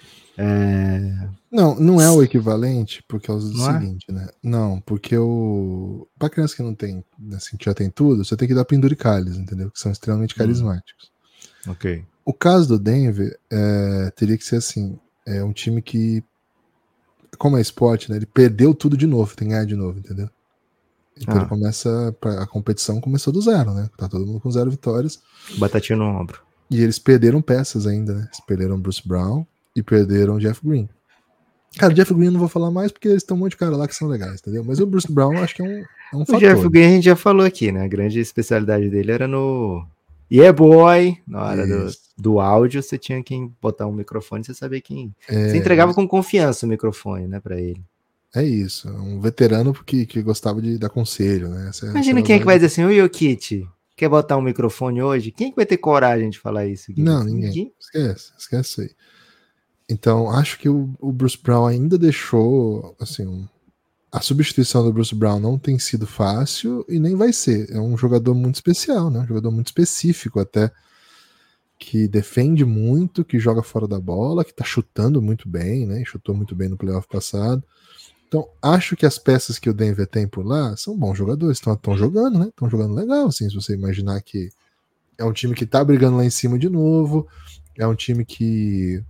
É... Não, não é o equivalente, por causa do Não é? seguinte, né? Não, porque o. Pra criança que não tem, assim, que já tem tudo, você tem que dar penduricalhos, entendeu? Que são extremamente carismáticos. Ok. O caso do Denver é, teria que ser assim: é um time que, como é esporte, né? Ele perdeu tudo de novo, tem que ganhar de novo, entendeu? Então Ah. ele começa. A competição começou do zero, né? Tá todo mundo com zero vitórias. Batatinha no ombro. E eles perderam peças ainda, né? Eles perderam Bruce Brown e perderam Jeff Green. Cara, o Jeff Green eu não vou falar mais porque eles têm um monte de cara lá que são legais, entendeu? Mas o Bruce Brown eu acho que é um, é um O fator. Jeff Green a gente já falou aqui, né? A grande especialidade dele era no Yeah Boy, na hora do, Isso. do áudio, você tinha que botar um microfone, você sabia quem... É, Você entregava com confiança o microfone, né, pra ele. É isso, um veterano que, que gostava de dar conselho, né? Essa, Imagina essa quem é que vai vibe. dizer assim, ô Jokic, quer botar um microfone hoje? Quem é que vai ter coragem de falar isso, Não, Gibas? ninguém. Ninguém. Esquece, esquece isso aí. Então, acho que o, o Bruce Brown ainda deixou, assim, um, a substituição do Bruce Brown não tem sido fácil e nem vai ser. É um jogador muito especial, né? Um jogador muito específico até, que defende muito, que joga fora da bola, que tá chutando muito bem, né? Chutou muito bem no playoff passado. Então, acho que as peças que o Denver tem por lá são bons jogadores, estão jogando, né? Estão jogando legal, assim, se você imaginar que é um time que tá brigando lá em cima de novo, é um time que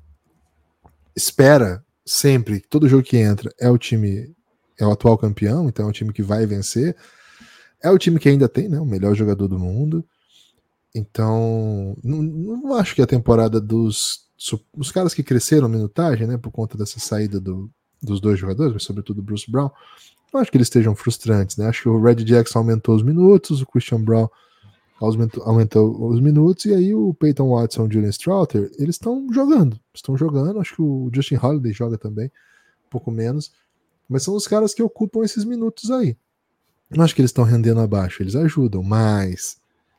espera sempre, todo jogo que entra é o time, é o atual campeão, então é um time que vai vencer, é o time que ainda tem, né, o melhor jogador do mundo. Então, não, não acho que a temporada dos os caras que cresceram minutagem, né, por conta dessa saída do, dos dois jogadores, mas sobretudo o Bruce Brown, não acho que eles estejam frustrantes, né? Acho que o Red Jackson aumentou os minutos, o Christian Brown aumentou, aumentou os minutos, e aí o Peyton Watson e o Julian Strouter, eles estão jogando, estão jogando, acho que o Justin Holiday joga também, um pouco menos, mas são os caras que ocupam esses minutos aí. Não acho que eles estão rendendo abaixo, eles ajudam, mas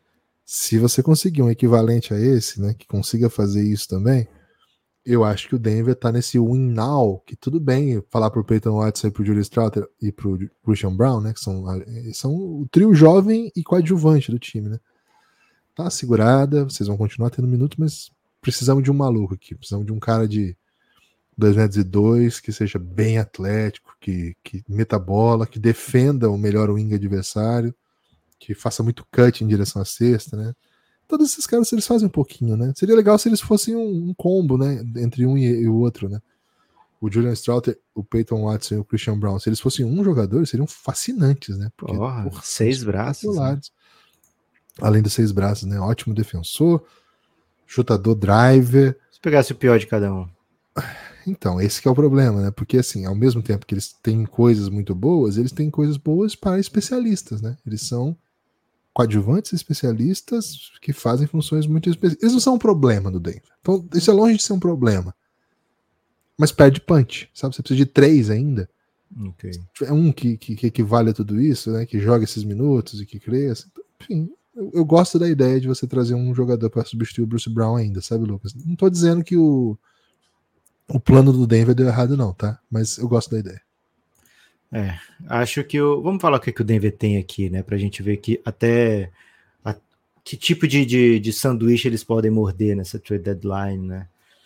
se você conseguir um equivalente a esse, né, que consiga fazer isso também, eu acho que o Denver tá nesse win now, que tudo bem falar pro Peyton Watson e pro Julius Strouter e pro Christian Brown, né, que são, são o trio jovem e coadjuvante do time, né. Tá segurada, vocês vão continuar tendo minutos, mas precisamos de um maluco aqui, precisamos de um cara de dois metros e dois, que seja bem atlético, que, que meta a bola, que defenda o melhor wing adversário, que faça muito cut em direção à cesta, né? Todos esses caras, eles fazem um pouquinho, né? Seria legal se eles fossem um, um combo, né? Entre um e, e o outro, né? O Julian Strouter, o Peyton Watson e o Christian Brown, se eles fossem um jogador, eles seriam fascinantes, né? Porque, Porra, porra, seis braços. Né? Além dos seis braços, né? Ótimo defensor, chutador, driver. Se pegasse o pior de cada um. Então, esse que é o problema, né? Porque, assim, ao mesmo tempo que eles têm coisas muito boas, eles têm coisas boas para especialistas, né? Eles são coadjuvantes especialistas que fazem funções muito específicas. Eles não são um problema do Denver. Então, isso é longe de ser um problema. Mas perde punch, sabe? Você precisa de três ainda. Okay. É um que, que, que equivale a tudo isso, né? Que joga esses minutos e que cresce. Enfim, eu, eu gosto da ideia de você trazer um jogador para substituir o Bruce Brown ainda, sabe, Lucas? Não tô dizendo que o o plano do Denver deu errado não, tá? Mas eu gosto da ideia. É, acho que o... Vamos falar o que, que o Denver tem aqui, né? Pra gente ver que até a... que tipo de, de, de sanduíche eles podem morder nessa trade deadline, né?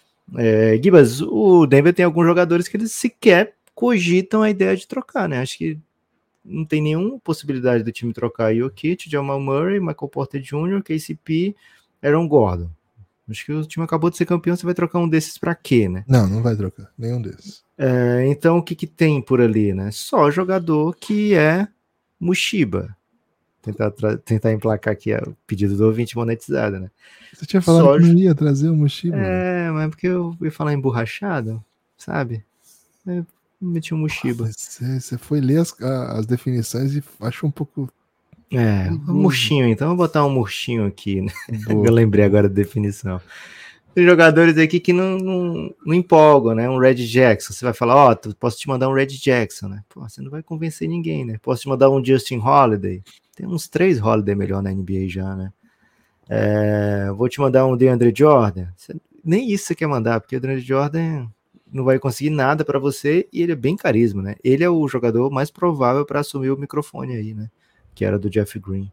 É, Gibas, o Denver tem alguns jogadores que eles sequer cogitam a ideia de trocar, né? Acho que não tem nenhuma possibilidade do time trocar Jokic, Jamal Murray, Michael Porter Júnior, K C P, Aaron Gordon. Acho que o time acabou de ser campeão, você vai trocar um desses pra quê, né? Não, não vai trocar, nenhum desses. É, então, o que que tem por ali, né? Só jogador que é Mushiba. Tentar, tentar emplacar aqui o pedido do ouvinte monetizado, né? Você tinha falado Só que não ia trazer o Mushiba. É, mas porque eu ia falar emborrachado, sabe? Eu meti um Mushiba. Você, você foi ler as, as definições e achou um pouco... É, um murchinho, então vou botar um murchinho aqui, né? Boa. Eu lembrei agora da definição. Tem jogadores aqui que não, não, não empolgam, né? Um Red Jackson, você vai falar, ó, oh, posso te mandar um Red Jackson, né? Pô, você não vai convencer ninguém, né? Posso te mandar um Justin Holiday. Tem uns três Holiday melhor na N B A já, né? É, vou te mandar um DeAndre Jordan. Você, nem isso você quer mandar, porque o DeAndre Jordan não vai conseguir nada para você e ele é bem carisma, né? Ele é o jogador mais provável para assumir o microfone aí, né? Que era do Jeff Green.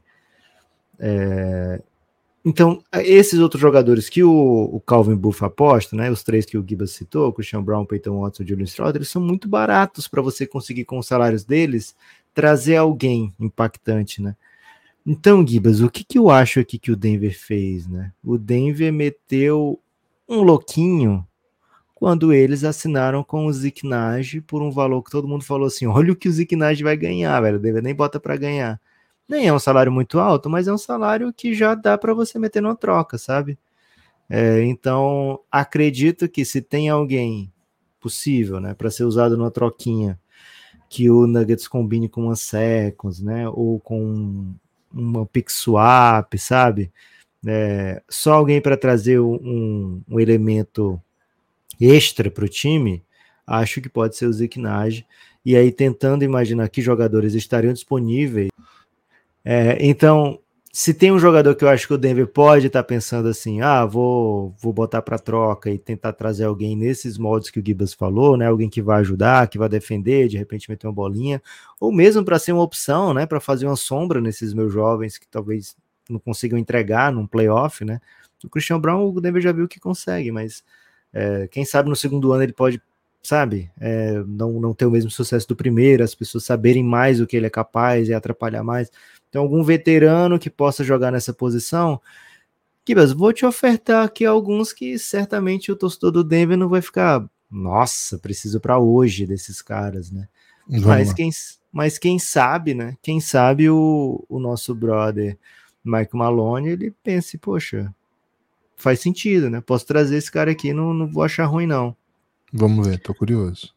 É, então, esses outros jogadores que o, o Calvin Booth aposta, né? Os três que o Gibas citou, o Christian Brown, Peyton Watson e o Julian Strouder, eles são muito baratos para você conseguir, com os salários deles, trazer alguém impactante, né? Então, Gibas, o que, que eu acho aqui que o Denver fez, né? O Denver meteu um louquinho quando eles assinaram com o Zeke Nnaji por um valor que todo mundo falou assim, olha o que o Zeke Nnaji vai ganhar, velho, o Denver nem bota para ganhar. Nem é um salário muito alto, mas é um salário que já dá para você meter numa troca, sabe? É, então, acredito que se tem alguém possível, né, para ser usado numa troquinha, que o Nuggets combine com uma Seconds, né, ou com uma pick swap, sabe? É, só alguém para trazer um, um elemento extra para o time, acho que pode ser o Zeke Nnaji. e aí tentando imaginar que jogadores estariam disponíveis. É, então, se tem um jogador que eu acho que o Denver pode estar pensando assim, ah, vou, vou botar para troca e tentar trazer alguém nesses moldes que o Gibas falou, né? Alguém que vai ajudar, que vai defender, de repente meter uma bolinha, ou mesmo para ser uma opção, né? Para fazer uma sombra nesses meus jovens que talvez não consigam entregar num playoff, né? O Christian Braun, o Denver já viu que consegue, mas é, quem sabe no segundo ano ele pode, sabe, é, não, não ter o mesmo sucesso do primeiro, as pessoas saberem mais o que ele é capaz e atrapalhar mais. Então, algum veterano que possa jogar nessa posição, Kibas, vou te ofertar aqui alguns que certamente o torcedor do Denver não vai ficar, nossa, preciso para hoje desses caras, né? Mas quem, mas quem sabe, né? Quem sabe o, o nosso brother Mike Maloney, ele pense, poxa, faz sentido, né? Posso trazer esse cara aqui, não, não vou achar ruim, não. Vamos ver, tô curioso.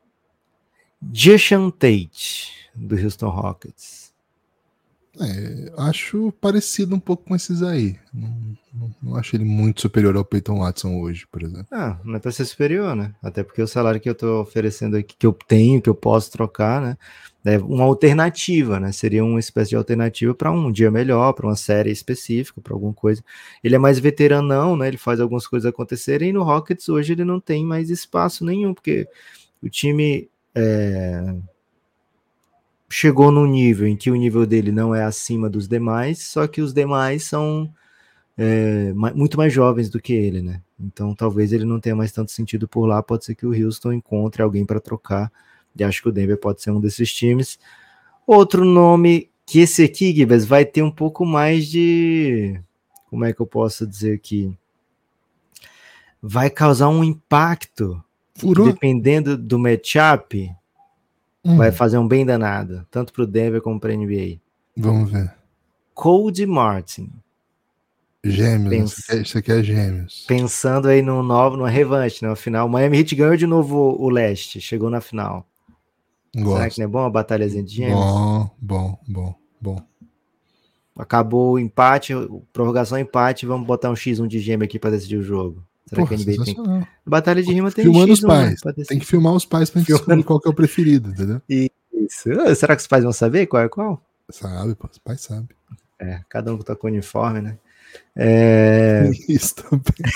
Jason Tate, do Houston Rockets. É, acho parecido um pouco com esses aí. Não, não, não acho ele muito superior ao Peyton Watson hoje, por exemplo. Ah, não é para ser superior, né? Até porque o salário que eu tô oferecendo aqui, que eu tenho, que eu posso trocar, né? É uma alternativa, né? Seria uma espécie de alternativa para um dia melhor, para uma série específica, para alguma coisa. Ele é mais veteranão, né? Ele faz algumas coisas acontecerem e no Rockets hoje ele não tem mais espaço nenhum, porque o time é... chegou num nível em que o nível dele não é acima dos demais, só que os demais são é, muito mais jovens do que ele, né? Então talvez ele não tenha mais tanto sentido por lá, pode ser que o Houston encontre alguém para trocar, e acho que o Denver pode ser um desses times. Outro nome que esse aqui, Gibas, vai ter um pouco mais de, como é que eu posso dizer aqui, vai causar um impacto, Furou? dependendo do matchup, hum. vai fazer um bem danado, tanto para o Denver como para a N B A. Vamos ver. Cody Martin. Gêmeos, Pens... isso, aqui é, isso aqui é gêmeos. Pensando aí no novo, numa revanche, na né, final. O Miami Heat ganhou de novo o, o leste, chegou na final. Gosto. Será que não é bom a batalhazinha de gêmeos? Bom, bom, bom, bom. Acabou o empate, prorrogação empate, vamos botar um xis um de gêmeo aqui para decidir o jogo. Será Porra, que a N B A tem? A batalha de rima tem filmando xis um, os pais. Né, tem que filmar os pais pra gente descobrir qual que é o preferido, entendeu? Isso. Será que os pais vão saber qual é qual? Sabe, pô, os pais sabem. É, cada um tá com uniforme, né? É... Isso também.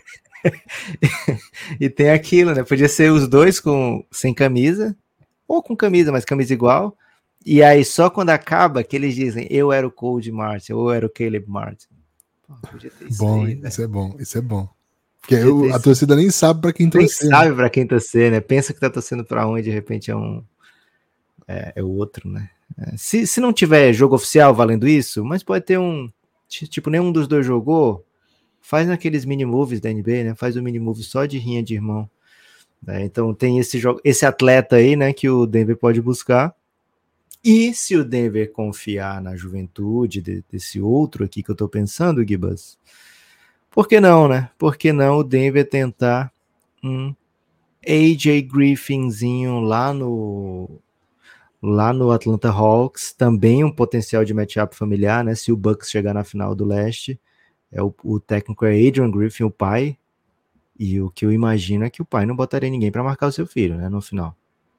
E tem aquilo, né? Podia ser os dois com sem camisa, ou com camisa, mas camisa igual. E aí, só quando acaba que eles dizem, eu era o Cody Martin, ou eu era o Caleb Martin. Pô, podia ter isso bom, aí, hein? Né? Isso é bom, isso é bom. Porque eu, a torcida nem sabe pra quem torcer. Nem sabe né? pra quem torcer, né? Pensa que tá torcendo pra um e de repente é um... É, é o outro, né? É, se, se não tiver jogo oficial valendo isso, mas pode ter um... Tipo, nenhum dos dois jogou, faz naqueles mini-movies da N B A, né? Faz um mini-movie só de rinha de irmão. Né? Então tem esse, jogo, esse atleta aí, né? Que o Denver pode buscar. E se o Denver confiar na juventude de, desse outro aqui que eu tô pensando, Gibas, por que não, né? Por que não o Denver tentar um A J Griffinzinho lá no... lá no Atlanta Hawks, também um potencial de matchup familiar, né? Se o Bucks chegar na final do leste, é o, o técnico é Adrian Griffin, o pai, e o que eu imagino é que o pai não botaria ninguém para marcar o seu filho, né? No final.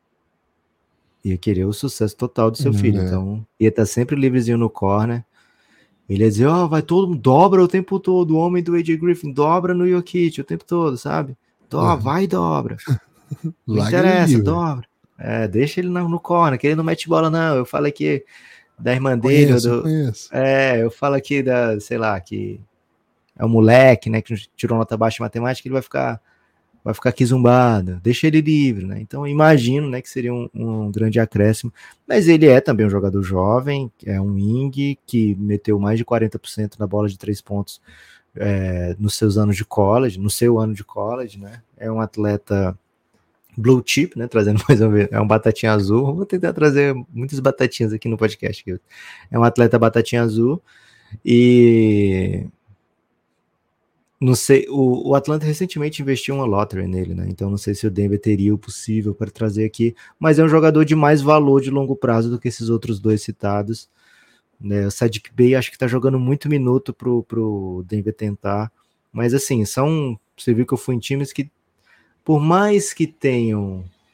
Ia querer o sucesso total do seu hum, filho, é. Então ia estar sempre livrezinho no corner. Ele ia dizer, ó, oh, vai todo mundo, dobra o tempo todo, o homem do A J Griffin, dobra no Jokic o tempo todo, sabe? Dobra, uhum. Vai e dobra. Não interessa, dobra. É, deixa ele no, no corner, que ele não mete bola, não. Eu falo aqui da irmã dele. Conheço, do, conheço. É, eu falo aqui da, sei lá, que é um moleque, né, que tirou nota baixa em matemática, ele vai ficar, vai ficar aqui zumbado. Deixa ele livre, né? Então, imagino, né, que seria um, um grande acréscimo. Mas ele é também um jogador jovem, é um wing que meteu mais de quarenta por cento na bola de três pontos é, nos seus anos de college, no seu ano de college, né? É um atleta blue chip, né, trazendo mais uma vez, é um batatinha azul, vou tentar trazer muitas batatinhas aqui no podcast, é um atleta batatinha azul, e não sei, o, o Atlanta recentemente investiu uma lottery nele, né, então não sei se o Denver teria o possível para trazer aqui, mas é um jogador de mais valor de longo prazo do que esses outros dois citados, né, o Saddiq Bey acho que tá jogando muito minuto pro, pro Denver tentar, mas assim, são, você viu que eu fui em times que por mais que tenham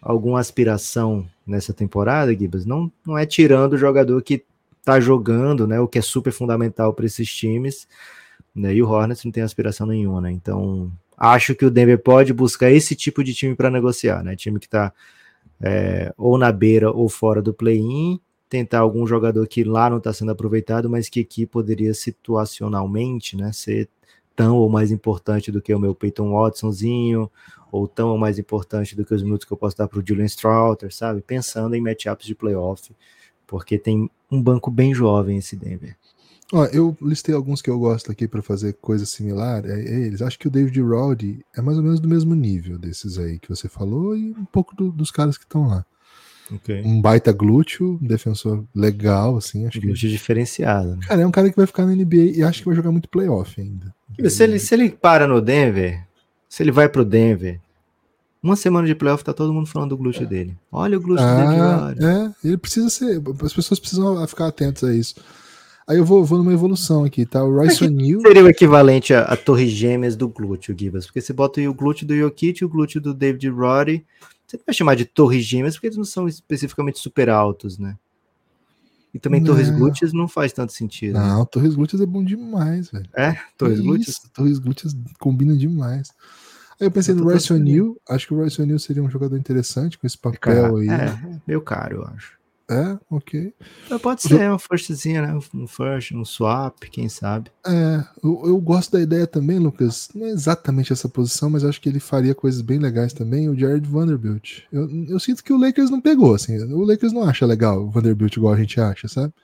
alguma aspiração nessa temporada, Gibas, não, não é tirando o jogador que tá jogando, né, o que é super fundamental para esses times, né, e o Hornets não tem aspiração nenhuma, né, então acho que o Denver pode buscar esse tipo de time para negociar, né, time que tá é, ou na beira ou fora do play-in, tentar algum jogador que lá não está sendo aproveitado, mas que aqui poderia situacionalmente, né, ser tão ou mais importante do que o meu Peyton Watsonzinho, ou tão ou mais importante do que os minutos que eu posso dar para o Julian Strouter, sabe? Pensando em matchups de playoff, porque tem um banco bem jovem esse Denver. Ó, eu listei alguns que eu gosto aqui para fazer coisa similar a eles. Acho que o David Roddy é mais ou menos do mesmo nível desses aí que você falou e um pouco do, dos caras que estão lá. Okay. Um baita glúteo, um defensor legal, assim. Acho glúteo que... diferenciado. Né? Cara, é um cara que vai ficar na N B A e acho que vai jogar muito playoff ainda. Se ele, se ele para no Denver, se ele vai pro Denver, uma semana de playoff tá todo mundo falando do glúteo dele. Olha o glúteo ah, do David Roddy. É, ele precisa ser. As pessoas precisam ficar atentas a isso. Aí eu vou, vou numa evolução aqui, tá? O Royce O'Neal seria o equivalente a, a torre gêmeas do glúteo, Gibas, porque você bota o glúteo do Jokic e o glúteo do David Roddy. Você não vai chamar de torres gêmeas porque eles não são especificamente super altos, né? E também não. torres glúteas não faz tanto sentido. Não, né? torres glúteas é bom demais, velho. É? Torres que glúteas? Isso, torres glúteas combinam demais. Aí eu pensei eu no Royce O'Neal, acho que o Royce O'Neal seria um jogador interessante com esse papel Cara, aí. É, é meio caro, eu acho. É, ok. Mas pode ser uma firstzinha, né? Um first, um swap, quem sabe. É, eu, eu gosto da ideia também, Lucas. Não é exatamente essa posição, mas acho que ele faria coisas bem legais também. O Jared Vanderbilt. Eu, eu sinto que o Lakers não pegou, assim. O Lakers não acha legal o Vanderbilt igual a gente acha, sabe?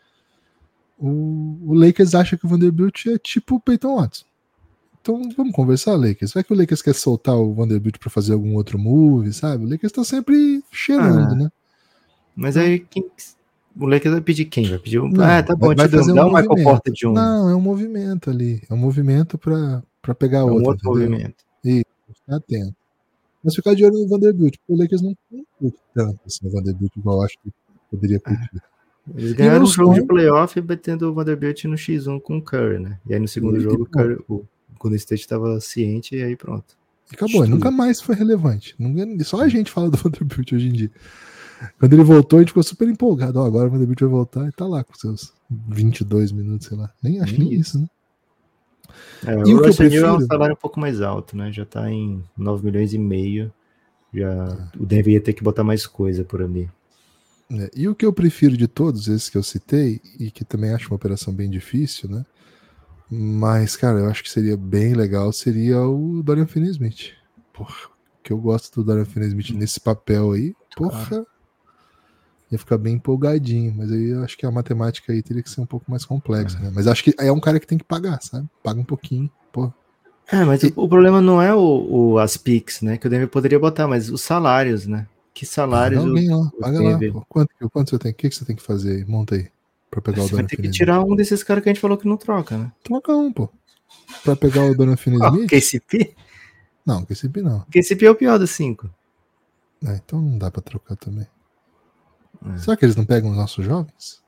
O, o Lakers acha que o Vanderbilt é tipo o Peyton Watson. Então vamos conversar, Lakers. Vai que o Lakers quer soltar o Vanderbilt pra fazer algum outro move, sabe? O Lakers tá sempre cheirando, ah, né? Mas então, aí quem, o Lakers vai pedir quem? Vai pedir um. Não, ah, tá bom, vai te fazer dá um um Michael Porter de um. Não, é um movimento ali. É um movimento pra, pra pegar é um outro. outro entendeu? movimento. E ficar atento. Mas ficar de olho no Vanderbilt, porque o Lakers não curte tanto assim, o Vanderbilt igual eu acho que poderia curtir. Eles ganharam um jogo sonho... de playoff batendo o Vanderbilt no xis um com o Curry, né? E aí no segundo e, jogo e, o, Curry, o Golden State estava ciente e aí pronto. E acabou, nunca mais foi relevante. Só a gente fala do Vanderbilt hoje em dia. Quando ele voltou, a gente ficou super empolgado. Ó, agora o Vanderbilt vai voltar e tá lá com seus vinte e dois minutos, sei lá. Nem, acho nem isso, né? É, e o, o que eu prefiro é um salário um pouco mais alto, né? Já tá em nove milhões e meio. Já é. O Denver ia ter que botar mais coisa por ali. É, e o que eu prefiro de todos esses que eu citei, e que também acho uma operação bem difícil, né? Mas, cara, eu acho que seria bem legal, seria o Dorian Finney-Smith. Porra, que eu gosto do Dorian Finney-Smith nesse papel aí, porra, cara. Ia ficar bem empolgadinho, mas aí eu acho que a matemática aí teria que ser um pouco mais complexa, é. né? Mas acho que é um cara que tem que pagar, sabe? Paga um pouquinho, porra. É, mas e... o, o problema não é o, o, as picks, né? Que o Denver poderia botar, mas os salários, né? Que salários paga alguém o, lá, o paga Denver... lá. Quanto, quanto você tem? O que, que você tem que fazer aí? Monta aí. Pra pegar você o Dorian vai ter Finney-Smith. que tirar um desses caras que a gente falou que não troca, né? Troca um, pô. Pra pegar o Dorian Finney-Smith. O K C P? Não, o K C P não. O K C P é o pior dos cinco. É, então não dá pra trocar também. É. Será que eles não pegam os nossos jovens?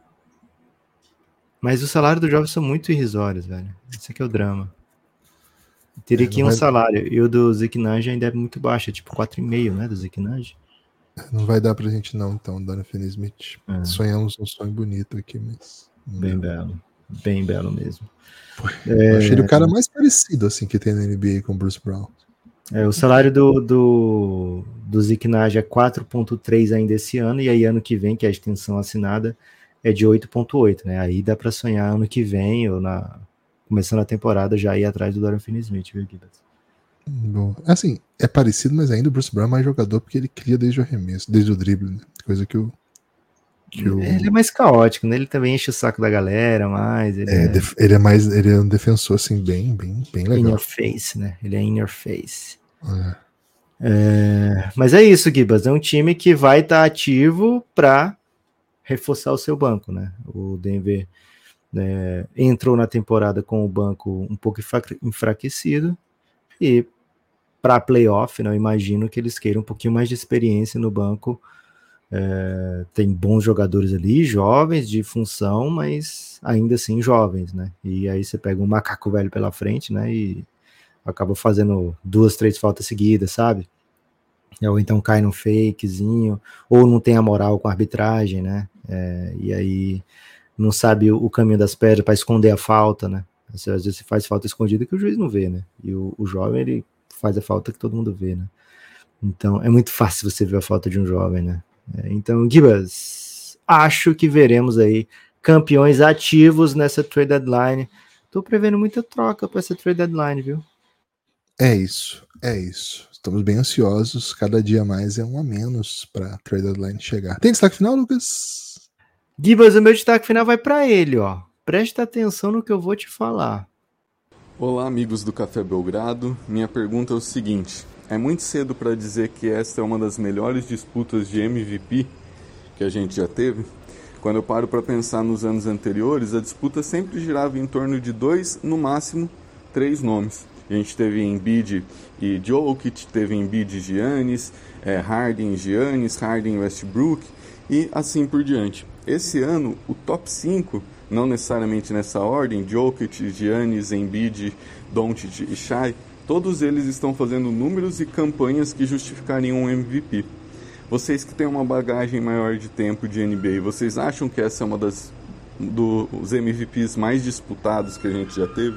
Mas o salário dos jovens são muito irrisórios, velho. Esse aqui é o drama. Teria é, que ir um vai... salário. E o do Zicknage ainda é muito baixo, é tipo quatro vírgula cinco, né? Do Zicknage. Não vai dar pra gente não, então, Dorian Finney-Smith. É. Sonhamos um sonho bonito aqui, mas... Bem belo. Bem belo mesmo. Pô, é... Eu achei ele o cara mais parecido, assim, que tem na N B A com o Bruce Brown. É, o salário do, do, do Zicknage é quatro vírgula três ainda esse ano, e aí ano que vem, que é a extensão assinada, é de oito vírgula oito, né? Aí dá pra sonhar ano que vem, ou na começando a temporada, já ir atrás do Dorian Finney-Smith, viu, Gibbs? Bom, assim, é parecido, mas ainda o Bruce Brown é mais jogador porque ele cria desde o arremesso, desde o drible, né? Coisa que o que o... Ele é mais caótico, né? Ele também enche o saco da galera, mais ele é, é... Def... ele é mais, ele é um defensor assim bem, bem, bem legal. In your face, né? Ele é in your face. É. É... Mas é isso, Gibas. É um time que vai estar tá ativo para reforçar o seu banco, né? O Denver é, entrou na temporada com o banco um pouco enfraquecido e para playoff, né, eu imagino que eles queiram um pouquinho mais de experiência no banco. É, tem bons jogadores ali, jovens de função, mas ainda assim jovens, né? E aí você pega um macaco velho pela frente, né? E acaba fazendo duas, três faltas seguidas, sabe? ou então cai num fakezinho, ou não tem a moral com a arbitragem, né? É, e aí não sabe o, o caminho das pedras para esconder a falta, né? Às vezes você faz falta escondida que o juiz não vê, né? E o, o jovem, ele faz a falta que todo mundo vê, né? Então é muito fácil você ver a falta de um jovem, né? É, então, Gibas, acho que veremos aí campeões ativos nessa trade deadline. Tô prevendo muita troca para essa trade deadline, viu? É isso, é isso. Estamos bem ansiosos, cada dia mais é um a menos para a trade deadline chegar. Tem destaque final, Lucas? Gibas, o meu destaque final vai para ele, ó. Presta atenção no que eu vou te falar. Olá, amigos do Café Belgrado. Minha pergunta é o seguinte: é muito cedo para dizer que esta é uma das melhores disputas de M V P que a gente já teve? Quando eu paro para pensar nos anos anteriores, a disputa sempre girava em torno de dois, no máximo, três nomes. A gente teve Embiid e Jokic, teve Embiid e Giannis, é, Harden e Giannis, Harden e Westbrook e assim por diante. Esse ano, o top cinco, não necessariamente nessa ordem, Jokic, Giannis, Embiid, Doncic e Shai, todos eles estão fazendo números e campanhas que justificariam um M V P. Vocês que têm uma bagagem maior de tempo de N B A, vocês acham que essa é uma das dos M V Ps mais disputados que a gente já teve?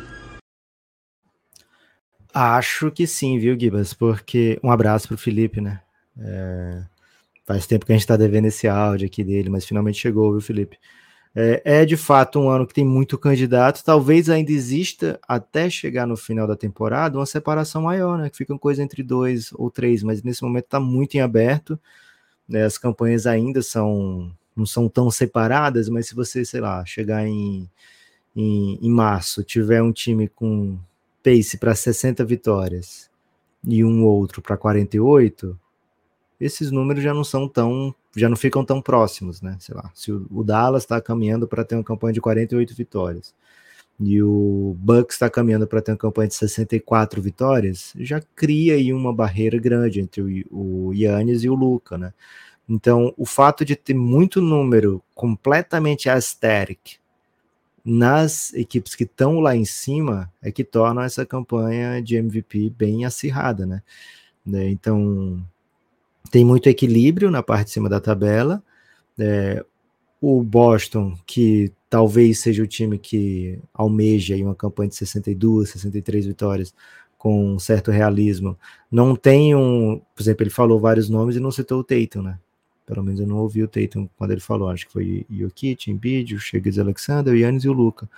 Acho que sim, viu, Gibas? Porque um abraço pro Felipe, né? É... Faz tempo que a gente tá devendo esse áudio aqui dele, mas finalmente chegou, viu, Felipe? É, é de fato um ano que tem muito candidato, talvez ainda exista, até chegar no final da temporada, uma separação maior, né? Que fica uma coisa entre dois ou três, mas nesse momento tá muito em aberto, né? As campanhas ainda são, não são tão separadas, mas se você, sei lá, chegar em, em, em março, tiver um time com pace para sessenta vitórias e um outro para quarenta e oito, esses números já não são tão, já não ficam tão próximos, né? Sei lá, se o, o Dallas está caminhando para ter uma campanha de quarenta e oito vitórias e o Bucks está caminhando para ter uma campanha de sessenta e quatro vitórias, já cria aí uma barreira grande entre o, o Giannis e o Luka, né? Então, o fato de ter muito número completamente aesthetic nas equipes que estão lá em cima é que torna essa campanha de M V P bem acirrada, né? Então, tem muito equilíbrio na parte de cima da tabela. É, o Boston, que talvez seja o time que almeja aí uma campanha de sessenta e duas, sessenta e três vitórias com um certo realismo, não tem um... Por exemplo, ele falou vários nomes e não citou o Tatum, né? Pelo menos eu não ouvi o Tatum quando ele falou. Acho que foi Jokic, Embiid, o Shai Alexander, o Giannis e o Luka.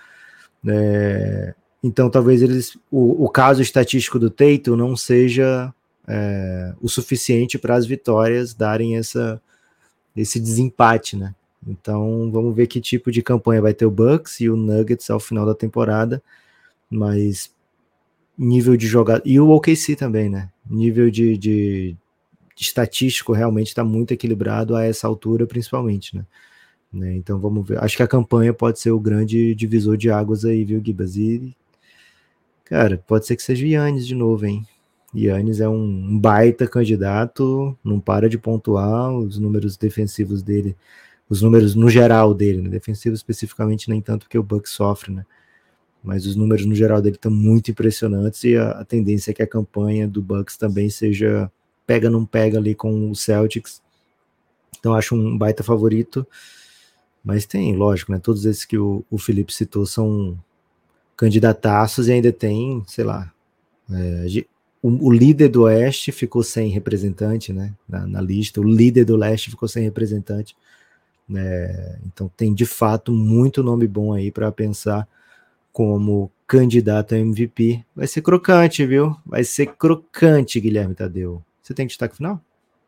É, então, talvez eles... O, o caso estatístico do Tatum não seja é, o suficiente para as vitórias darem essa, esse desempate, né? Então, vamos ver que tipo de campanha vai ter o Bucks e o Nuggets ao final da temporada. Mas nível de jogada... E o O K C também, né? Nível de... de estatístico realmente está muito equilibrado a essa altura, principalmente, né? né? Então vamos ver. Acho que a campanha pode ser o grande divisor de águas aí, viu, Gibas? E, cara, pode ser que seja o Giannis de novo, hein? Giannis é um baita candidato, não para de pontuar, os números defensivos dele, os números no geral dele, né? Defensivos especificamente nem tanto porque o Bucks sofre, né? Mas os números no geral dele estão muito impressionantes e a, a tendência é que a campanha do Bucks também seja pega não pega ali com o Celtics. Então acho um baita favorito. Mas tem, lógico, né? Todos esses que o, o Felipe citou são candidataços e ainda tem, sei lá, é, o, o líder do Oeste ficou sem representante, né? Na, na lista. O líder do Leste ficou sem representante. Né? Então tem de fato muito nome bom aí para pensar como candidato a M V P. Vai ser crocante, viu? Vai ser crocante, Guilherme Tadeu. Você tem destaque final?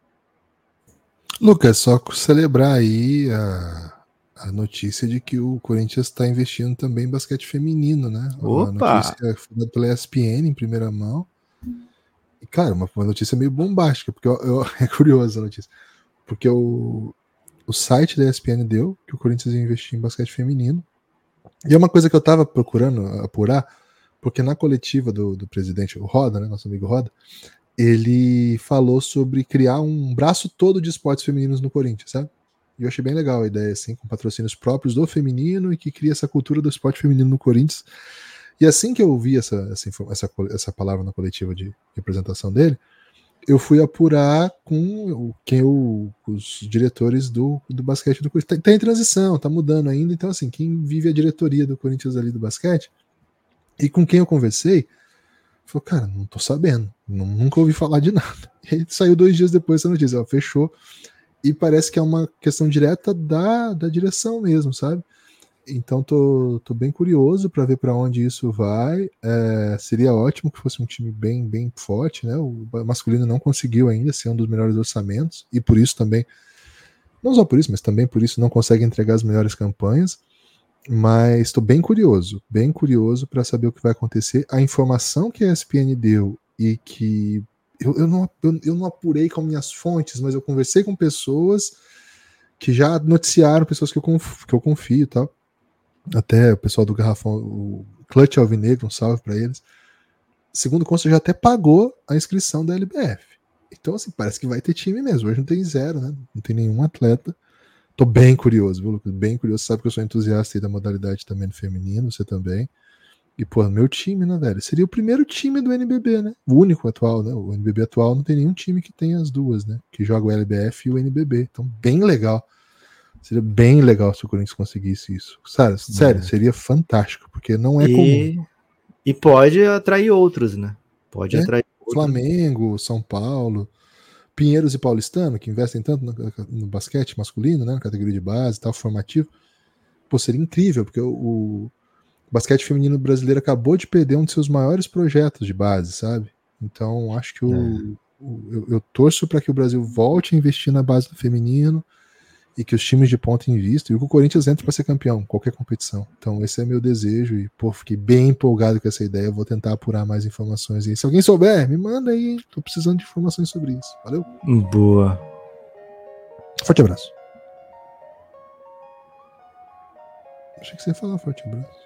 Lucas, só celebrar aí a, a notícia de que o Corinthians está investindo também em basquete feminino, né? Opa! Uma notícia foi dada pela E S P N em primeira mão. E, cara, uma, uma notícia meio bombástica, porque eu, eu, é curiosa a notícia. Porque o, o site da E S P N deu que o Corinthians ia investir em basquete feminino. E é uma coisa que eu estava procurando apurar, porque na coletiva do, do presidente, o Roda, né, nosso amigo Roda, ele falou sobre criar um braço todo de esportes femininos no Corinthians, sabe? E eu achei bem legal a ideia, assim, com patrocínios próprios do feminino e que cria essa cultura do esporte feminino no Corinthians. E assim que eu ouvi essa, essa, essa, essa palavra na coletiva de representação dele, eu fui apurar com o, quem o, os diretores do, do basquete do Corinthians. Tá, tá em transição, tá mudando ainda. Então, assim, quem vive a diretoria do Corinthians ali do basquete, e com quem eu conversei, falou, cara, não tô sabendo, não, nunca ouvi falar de nada. E aí saiu dois dias depois essa notícia, ó, fechou. E parece que é uma questão direta da, da direção mesmo, sabe? Então tô, tô bem curioso para ver para onde isso vai. É, seria ótimo que fosse um time bem, bem forte, né? O masculino não conseguiu ainda ser um dos melhores orçamentos, e por isso também, não só por isso, mas também por isso não consegue entregar as melhores campanhas. Mas estou bem curioso, bem curioso para saber o que vai acontecer. A informação que a E S P N deu e que eu, eu, não, eu, eu não apurei com minhas fontes, mas eu conversei com pessoas que já noticiaram, pessoas que eu, conf, que eu confio e tal. Até o pessoal do Garrafão, o Clutch Alvinegro, um salve para eles. Segundo consta, já até pagou a inscrição da L B F. Então, assim, parece que vai ter time mesmo. Hoje não tem zero, né? Não tem nenhum atleta. Tô bem curioso, viu, Lucas? Bem curioso. Você sabe que eu sou entusiasta aí da modalidade também no feminino, você também. E, pô, meu time, né, velho? Seria o primeiro time do N B B, né? O único atual, né? O N B B atual não tem nenhum time que tenha as duas, né? Que joga o L B F e o N B B. Então, bem legal. Seria bem legal se o Corinthians conseguisse isso. Sério, sério, seria fantástico, porque não é e, comum. E pode atrair outros, né? Pode É? atrair outros. Flamengo, São Paulo, Pinheiros e Paulistano, que investem tanto no, no basquete masculino, né? Na categoria de base e tal, formativo. Pô, seria incrível, porque o, o basquete feminino brasileiro acabou de perder um de seus maiores projetos de base, sabe? Então, acho que o, É. o eu, eu torço para que o Brasil volte a investir na base do feminino e que os times de ponta invistam, e que o Corinthians entre para ser campeão, qualquer competição. Então esse é meu desejo, e pô, fiquei bem empolgado com essa ideia, eu vou tentar apurar mais informações. E se alguém souber, me manda aí, tô precisando de informações sobre isso. Valeu? Boa. Forte abraço. Achei que você ia falar forte abraço.